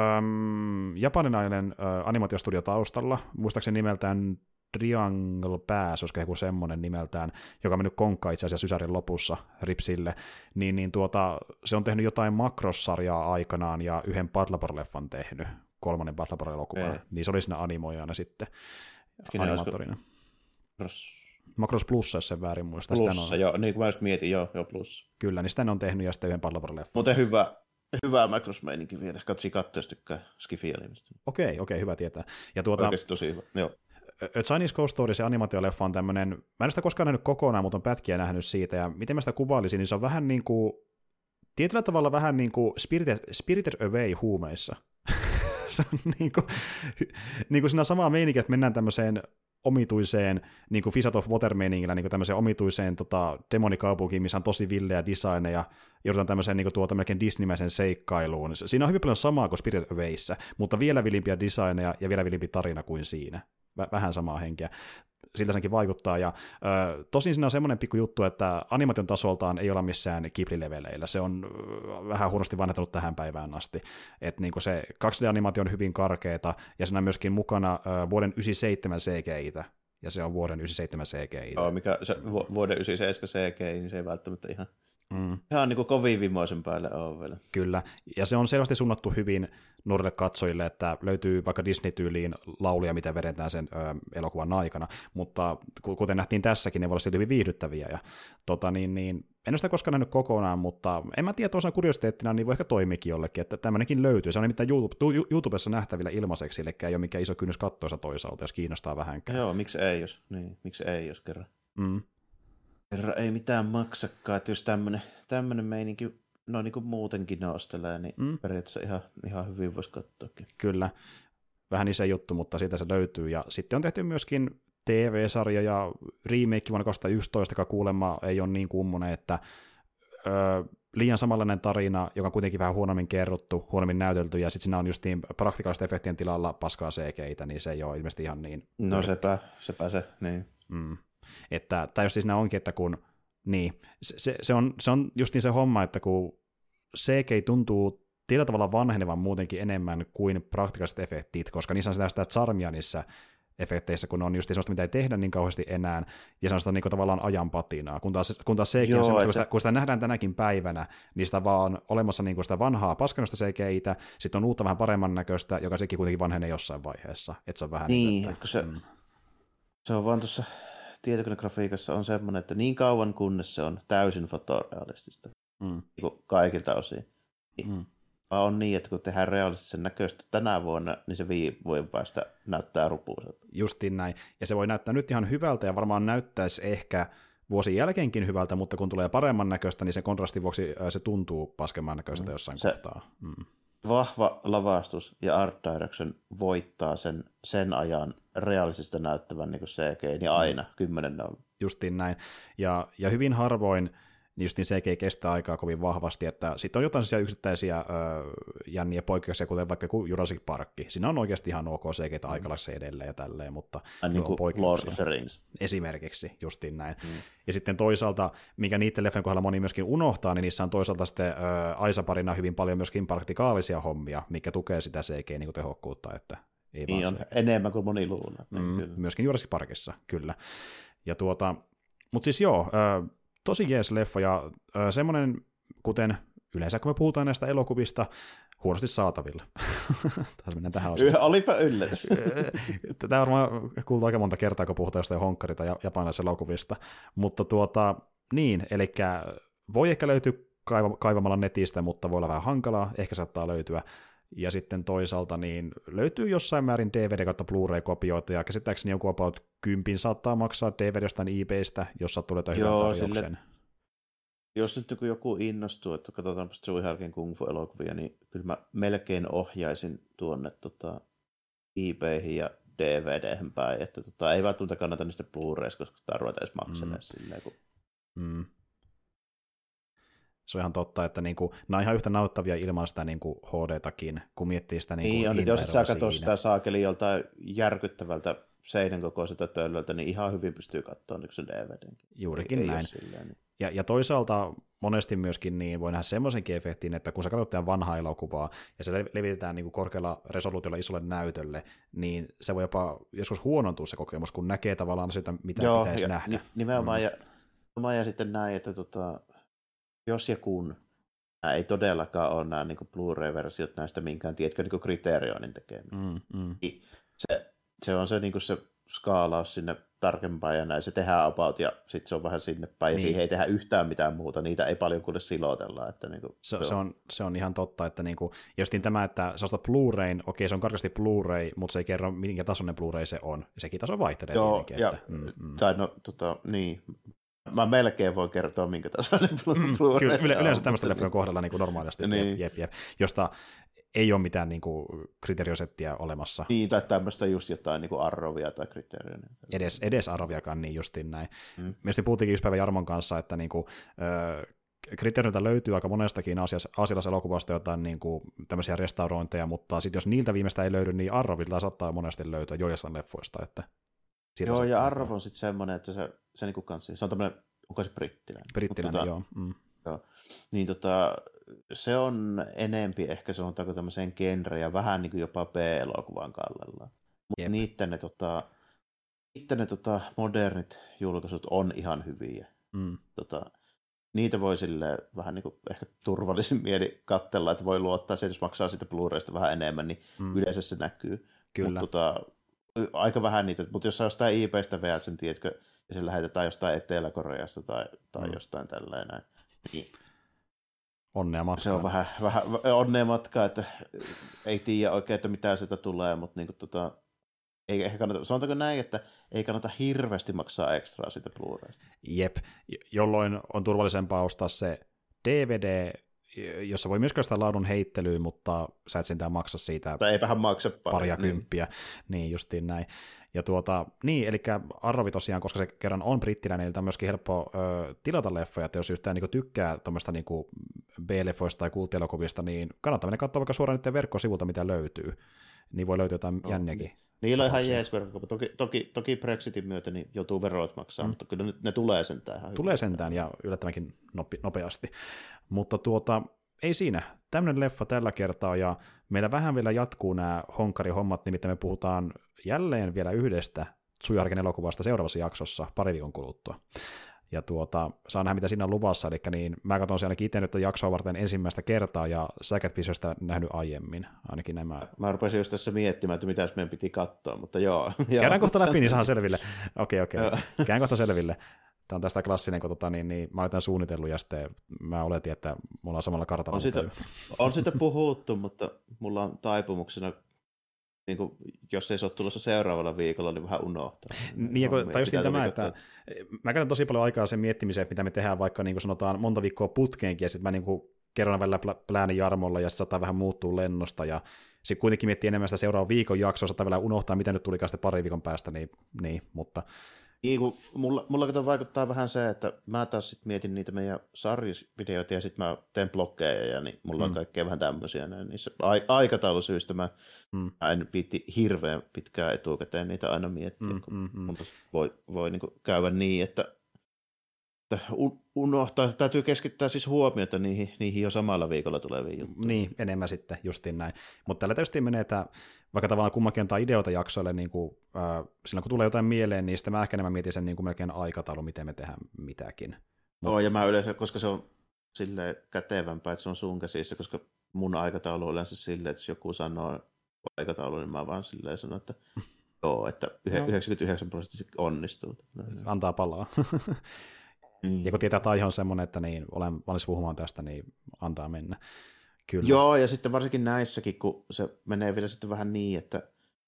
äm, japanilainen äh, animaatiostudio taustalla, muistaakseni nimeltään Triangle Pass, olisiko joku semmoinen nimeltään, joka on mennyt konkkaan itse asiassa Sysärin lopussa Ripsille, niin, niin tuota, se on tehnyt jotain Macross-sarjaa aikanaan ja yhden Bad Labor-leffan tehnyt, kolmannen Bad Labor-elokuvan, niin se oli siinä animoijana sitten, Hetkinen, animaattorina. Macross... Macross Plussa, jos sen väärin muista. Plussa, on... joo, niin kuin mä just mietin, joo, joo Plussa. Kyllä, niin sitä ne on tehnyt ja sitten yhden Bad Labor-leffan. Muuten hyvä, hyvä Macross-meininki vielä, katsi katsoa, jos tykkää Skifi-animista. Okei, okay, okei, okay, hyvä tietää. Ja tuota... Oikeasti tosi hyvä, joo. A Chinese Ghost Story, se animaatioleffa on tämmöinen, mä en sitä koskaan nähnyt kokonaan, mutta on pätkiä nähnyt siitä, ja miten mä sitä kuvailisin, niin se on vähän niin kuin, tietyllä tavalla vähän niin kuin Spirited, Spirited Away huumeissa. Se on niin kuin, niin kuin siinä samaa meininkiä, että mennään tämmöiseen omituiseen, niin kuin Fisat of Water-meiningillä, niin kuin tämmöiseen omituiseen tota, demonikaupunkiin, missä on tosi villeä designeja, ja joudutaan tämmöiseen niin kuin tuota, melkein Disneymäisen seikkailuun. Siinä on hyvin paljon samaa kuin Spirited Awayssä, mutta vielä vilimpiä designeja ja vielä vilimpi tarina kuin siinä. Vähän samaa henkeä. Siltä senkin vaikuttaa. Ja, ö, tosin siinä on semmoinen pikku juttu, että animaation tasoltaan ei olla missään Ghibli-leveleillä. Se on ö, vähän huonosti vanhentunut tähän päivään asti. Et niinku se kaksi D-animaatio on hyvin karkeeta, ja siinä on myöskin mukana ö, vuoden yhdeksänkymmentäseitsemän C G I-tä, ja se on vuoden yhdeksänkymmentäseitsemän C G I. Joo, mikä se, vuoden yhdeksänkymmentäseitsemän C G I, niin se ei välttämättä ihan... Mm. Ihan niin kuin kovin vimoisen päälle on vielä. Kyllä, ja se on selvästi suunnattu hyvin nuorille katsojille, että löytyy vaikka Disney-tyyliin lauluja, mitä vedetään sen ö, elokuvan aikana, mutta kuten nähtiin tässäkin, ne voi olla silti hyvin viihdyttäviä, ja tota, niin, niin, en ole sitä koskaan nähnyt kokonaan, mutta en mä tiedä, tuossa kuriositeettina, niin voi ehkä toimikin jollekin, että tämmöinenkin löytyy. Se on nimittäin YouTube, YouTubessa nähtävillä ilmaiseksi, eli ei ole mikään iso kynnys kattoisa toisaalta, jos kiinnostaa vähänkään. Joo, miksi ei, jos, niin, miksi ei, jos kerran. Mm. Herra, ei mitään maksakaan, että jos tämmönen, tämmönen meininki no niin kuin muutenkin nostelee, niin mm. periaatteessa ihan, ihan hyvin voisi katsoakin. Kyllä, vähän iso juttu, mutta siitä se löytyy. Ja sitten on tehty myöskin T V-sarja ja remake vuonna kaksituhattayksitoista, joka kuulemma ei ole niin kummonen, että öö, liian samanlainen tarina, joka on kuitenkin vähän huonommin kerrottu, huonommin näytelty, ja sitten siinä on just niin praktikaalisten efektien tilalla paskaa C G:itä, niin se ei ole ilmeisesti ihan niin. No sepä, sepä se, niin. Mm. Että, tai jos siis nämä onkin, että kun, niin, se, se, on, se on just niin se homma, että kun C G tuntuu tietyllä tavalla vanhenevan muutenkin enemmän kuin praktikaaliset efektit, koska niissä on sitä, sitä charmia niissä efekteissä, kun on just sellaista, mitä ei tehdä niin kauheasti enää, ja sellaista niin kuin tavallaan ajan patinaa, kun taas, kun taas C G Joo, on semmoista, kun, se... kun sitä nähdään tänäkin päivänä, niin sitä vaan olemassa niin kuin sitä vanhaa paskanosta C G-itä, sitten on uutta vähän paremman näköistä, joka sekin kuitenkin vanhenee jossain vaiheessa, että se on vähän niin, niin, että se, mm. se on vaan tuossa tietokonegrafiikassa on semmoinen, että niin kauan kunnes se on täysin fotorealistista, mm. niin kaikilta osin. Mm. On niin, että kun tehdään realistisen näköistä tänä vuonna, niin se viiden vuoden päästä näyttää rupuiselta. Justiin näin. Ja se voi näyttää nyt ihan hyvältä, ja varmaan näyttäisi ehkä vuosien jälkeenkin hyvältä, mutta kun tulee paremman näköistä, niin se kontrastin vuoksi se tuntuu paskemman näköistä mm. jossain se kohtaa. Mm. Vahva lavastus ja art direction voittaa sen, sen ajan realisista näyttävän niin kuin C G, niin aina kymmenen nolla. Justiin näin. Ja, ja hyvin harvoin niin just niin C G kestää aikaa kovin vahvasti, että sitten on jotain sellaisia yksittäisiä ö, jänniä poikkeuksia, kuten vaikka Jurassic Park. Siinä on oikeasti ihan ok C G:tä mm. aikalaisessa edelleen ja tälleen, mutta ja niin kuin Lord of the Rings. Esimerkiksi, justiin näin. Mm. Ja sitten toisaalta, mikä niiden leffen kohdalla moni myöskin unohtaa, niin niissä on toisaalta sitten ö, Aisa-parina hyvin paljon myöskin praktikaalisia hommia, mikä tukee sitä C G-tehokkuutta, että ei niin vaan on se. Enemmän kuin moni luulee. Mm, myöskin Jurassic Parkissa, kyllä. Ja tuota, mutta siis joo, ö, tosi jees leffa, ja ö, semmoinen, kuten yleensä kun me puhutaan näistä elokuvista, huonosti saatavilla. Taas mennään tähän osaan. Olipa yllätys. Tätä on varmaan kuultu aika monta kertaa, kun puhutaan jostain honkkarita ja japanilaiselokuvista. Mutta tuota, niin, eli voi ehkä löytyä kaiva- kaivamalla netistä, mutta voi olla vähän hankalaa, ehkä saattaa löytyä. Ja sitten toisaalta niin löytyy jossain määrin D V D kautta Blu-ray-kopioita, ja käsittääkseni joku about kympin saattaa maksaa D V D jostain eBaystä, jos sattuu löytää hyvän tarjouksen. Sille, jos nyt kun joku innostuu, että katsotaanpa Joey Harkin Kung Fu-elokuvia, niin kyllä mä melkein ohjaisin tuonne tota, eBayhin ja D V D:hen päin, että tota, ei välttämättä kannata niistä Blu-rayista, koska sitä ruveta edes makselemaan mm. silleen. Kun... Mm. Se on ihan totta, että niinku, nämä on ihan yhtä nauttavia ilman sitä niinku H D-takin, kun miettii sitä niinku niin, on, jos et sä katso sitä saakeli joltain järkyttävältä seinän kokoiselta töllöltä, niin ihan hyvin pystyy katsoa niin sen D V D:nkin. Juurikin ei, näin. Ei silleen, niin. ja, ja toisaalta monesti myöskin niin voi nähdä semmoisenkin efektin, että kun sä katsot tämän vanhaa elokuvaa, ja se levitetään niinku korkealla resoluutiolla isolle näytölle, niin se voi jopa joskus huonontua se kokemus, kun näkee tavallaan sitä, mitä Joo, pitäisi ja nähdä. Nimenomaan, mm. ja, ja sitten näin, että tota... jos ja kun nämä ei todellakaan ole nämä niin Blu-ray-versiot näistä minkään, tiedätkö, niin kriteerioinnin tekeminen. Mm, mm. Se, se on se, niin se skaalaus sinne tarkempaan ja näin, se tehdään about ja sitten se on vähän sinne päin niin. Ja siihen ei tehdä yhtään mitään muuta, niitä ei paljon kuule silotella. Että niin kuin, se, se, on, se on ihan totta, että niin kuin, justiin tämä, että sä ostat Blu-rayn, okei se on karkeasti Blu-ray, mutta se ei kerro minkä tasoinen Blu-ray se on, sekin taso vaihtelee. Joo, tietenkin, ja, että, mm, mm. tai no tota, niin, mä melkein voin kertoa, minkä tasoinen Blu-ray. Kyllä, yle, yleensä tämmöistä leffojen kohdalla niin kuin normaalisti, niin. jep, jep, josta ei ole mitään niin kuin kriteeriosettia olemassa. Niin, tai tämmöistä just jotain niin kuin arrovia tai kriteeriä. Edes, edes arroviakaan, niin justiin näin. Mm. Mielestäni puhuttiinkin just päivän Jarmon kanssa, että niin kuin, äh, kriteereitä löytyy aika monestakin aasialaisesta elokuvasta jotain niin kuin, tämmöisiä restaurointeja, mutta sitten jos niiltä viimeistä ei löydy, niin arrovilta saattaa monesti löytyä joissain leffoista. Että joo, ja arrov on sitten semmoinen, että se, se, niin kuin kanssa, se on tämmöinen, onko se brittiläinen? Brittiläinen, tota, joo. Mm. joo. Niin tota, se on enempi ehkä sanotaanko tämmöiseen genre ja vähän niin kuin jopa B-elokuvan kallella. Mutta niitten ne, tota, niitten ne tota, modernit julkaisut on ihan hyviä. Mm. Tota, niitä voi silleen vähän niin kuin ehkä turvallisin mieli katsella, että voi luottaa siihen, jos maksaa siitä Blu-raysta vähän enemmän, niin mm. yleensä se näkyy. Kyllä. Mut, tota, aika vähän niitä, mutta jos sä jostain eBaystä veät sen, tiedätkö, ja se lähetetään jostain Etelä-Koreasta tai, tai mm. jostain tällainen, niin onnea matkaa. Se on vähän, vähän onnea matkaa, että ei tiedä oikein, että mitä sieltä tulee, mutta niin kuin, tota, ei ehkä kannata, sanotaanko näin, että ei kannata hirveästi maksaa ekstraa siitä Blu-raysta. Jep, jolloin on turvallisempaa ostaa se D V D, jossa voi myös sitä laadun heittelyä, mutta sä et sentään maksa siitä tai eipähän maksa paria, paria niin. kymppiä. Niin, justiin näin. Ja tuota, niin, eli Arrovi tosiaan, koska se kerran on brittiläinen, niin on myöskin helppo ö, tilata leffoja, että jos yhtään niin tykkää tuommoista niin B-leffoista tai kulttielokuvista, niin kannattaa mennä katsoa vaikka suoraan niiden verkkosivulta, mitä löytyy. Niin voi löytyä jotain no, jänniäkin. Niillä on ihan jees verkkokauppa. Toki, toki, toki Brexitin myötä niin joutuu veroit maksaa, mm. mutta kyllä ne, ne tulee sentään. Ihan tulee sentään ja yllättävänkin nopeasti. Mutta tuota, ei siinä. Tämmöinen leffa tällä kertaa, ja meillä vähän vielä jatkuu nämä honkarihommat, nimittäin me puhutaan jälleen vielä yhdestä Tsuji-Harkin elokuvasta seuraavassa jaksossa pari viikon kuluttua. Ja tuota, saa nähdä, mitä siinä on luvassa, eli niin, mä katson ainakin itse nyt jaksoa varten ensimmäistä kertaa, ja sä et Visiosta nähnyt aiemmin, ainakin nämä. Mä rupesin just tässä miettimään, että mitä meidän piti katsoa, mutta joo. Käydään kohta läpi, niin saadaan selville. Okei, okei, käydään kohta selville. Tämä on tästä klassinen, kun tota, niin, niin, mä oon suunnitellut, ja sitten mä oletin, että me ollaan samalla kartalla. On siitä, on siitä puhuttu, mutta mulla on taipumuksena, niin kuin, jos ei se ole tulossa seuraavalla viikolla, niin vähän unohtaa. Niin, kun, tai just niin tämä, että mä käytän tosi paljon aikaa sen miettimiseen, mitä me tehdään vaikka niin kuin sanotaan monta viikkoa putkeenkin, ja sitten mä niin kuin kerron välillä pläänin Jarmolla, ja se saattaa vähän muuttua lennosta, ja sitten kuitenkin miettii enemmän sitä seuraavan viikon jaksoa, saattaa vielä unohtaa, mitä nyt tulikaan sitten pari viikon päästä, niin, niin mutta... Niin, kun mulla, mulla kato vaikuttaa vähän se, että mä taas sit mietin niitä meidän sarjisvideoita ja sitten mä teen blokkeja ja niin mulla on mm. kaikkea vähän tämmöisiä. Niissä aikataulusyistä mä, mm. mä en piti hirveän pitkään etukäteen niitä aina miettiä, mm, kun mm, mm. voi, voi niinku käydä niin, että, että unohtaa, täytyy keskittää siis huomiota niihin, niihin jo samalla viikolla tuleviin juttuihin. Niin, enemmän sitten, justiin näin. Mutta tällä tietysti menee, että vaikka tavallaan kummankin antaa ideoita jaksoille, niin kuin, äh, silloin kun tulee jotain mieleen, niin sitten mä ehkä enemmän mietin sen niin kuin melkein aikataulu, miten me tehdään mitäkin. Mut... Joo, ja mä yleensä, koska se on silleen kätevämpää, että se on sun käsissä, koska mun aikataulu on yleensä silleen, että jos joku sanoo aikataulu, niin mä vaan silleen sanon, että joo, että yhdeksänkymmentäyhdeksän prosenttia onnistuu. Antaa palaa. Mm. Ja kun tietää, että aihe on semmoinen, että niin, olen valmis puhumaan tästä, niin antaa mennä. Kyllä. Joo, ja sitten varsinkin näissäkin, kun se menee vielä sitten vähän niin, että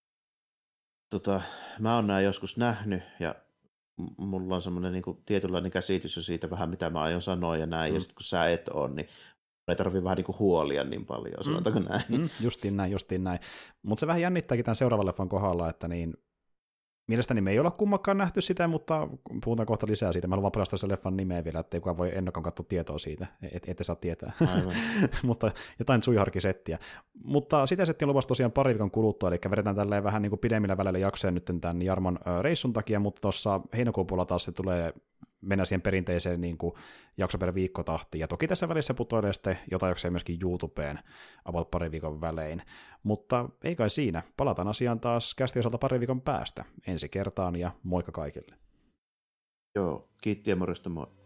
tota, mä oon nämä joskus nähnyt, ja mulla on semmoinen niin kuin tietynlainen käsitys jo siitä vähän, mitä mä aion sanoa ja näin, mm. ja sitten kun sä et ole, niin ei tarvitse vähän niin kuin huolia niin paljon, sanotaanko mm. näin. Mm, justiin näin, justiin näin. Mutta se vähän jännittääkin tämän seuraavan leffan kohdalla, että niin mielestäni me ei olla kummakaan nähty sitä, mutta puhutaan kohta lisää siitä. Mä haluan paljastaa sen leffan nimeä vielä, ettei kukaan voi ennakkoon katsoa tietoa siitä, et, ette saa tietää. Mutta jotain Tsuji-Harki-settiä. Mutta sitä settiä on luvassa tosiaan pari viikon kuluttua, eli vedetään tälleen vähän niin kuin pidemmillä väleillä jaksoja nyt tämän Jarmon reissun takia, mutta tuossa heinäkuun puolella taas se tulee mennä siihen perinteiseen niin kuin jakso per viikko tahtiin. Ja toki tässä välissä putoilee sitten jotain jaksoja myöskin YouTubeen about pari viikon välein. Mutta ei kai siinä. Palataan asiaan taas kästi osalta pari viikon päästä ensi kertaan ja moikka kaikille. Joo, kiitti ja morjesta moi.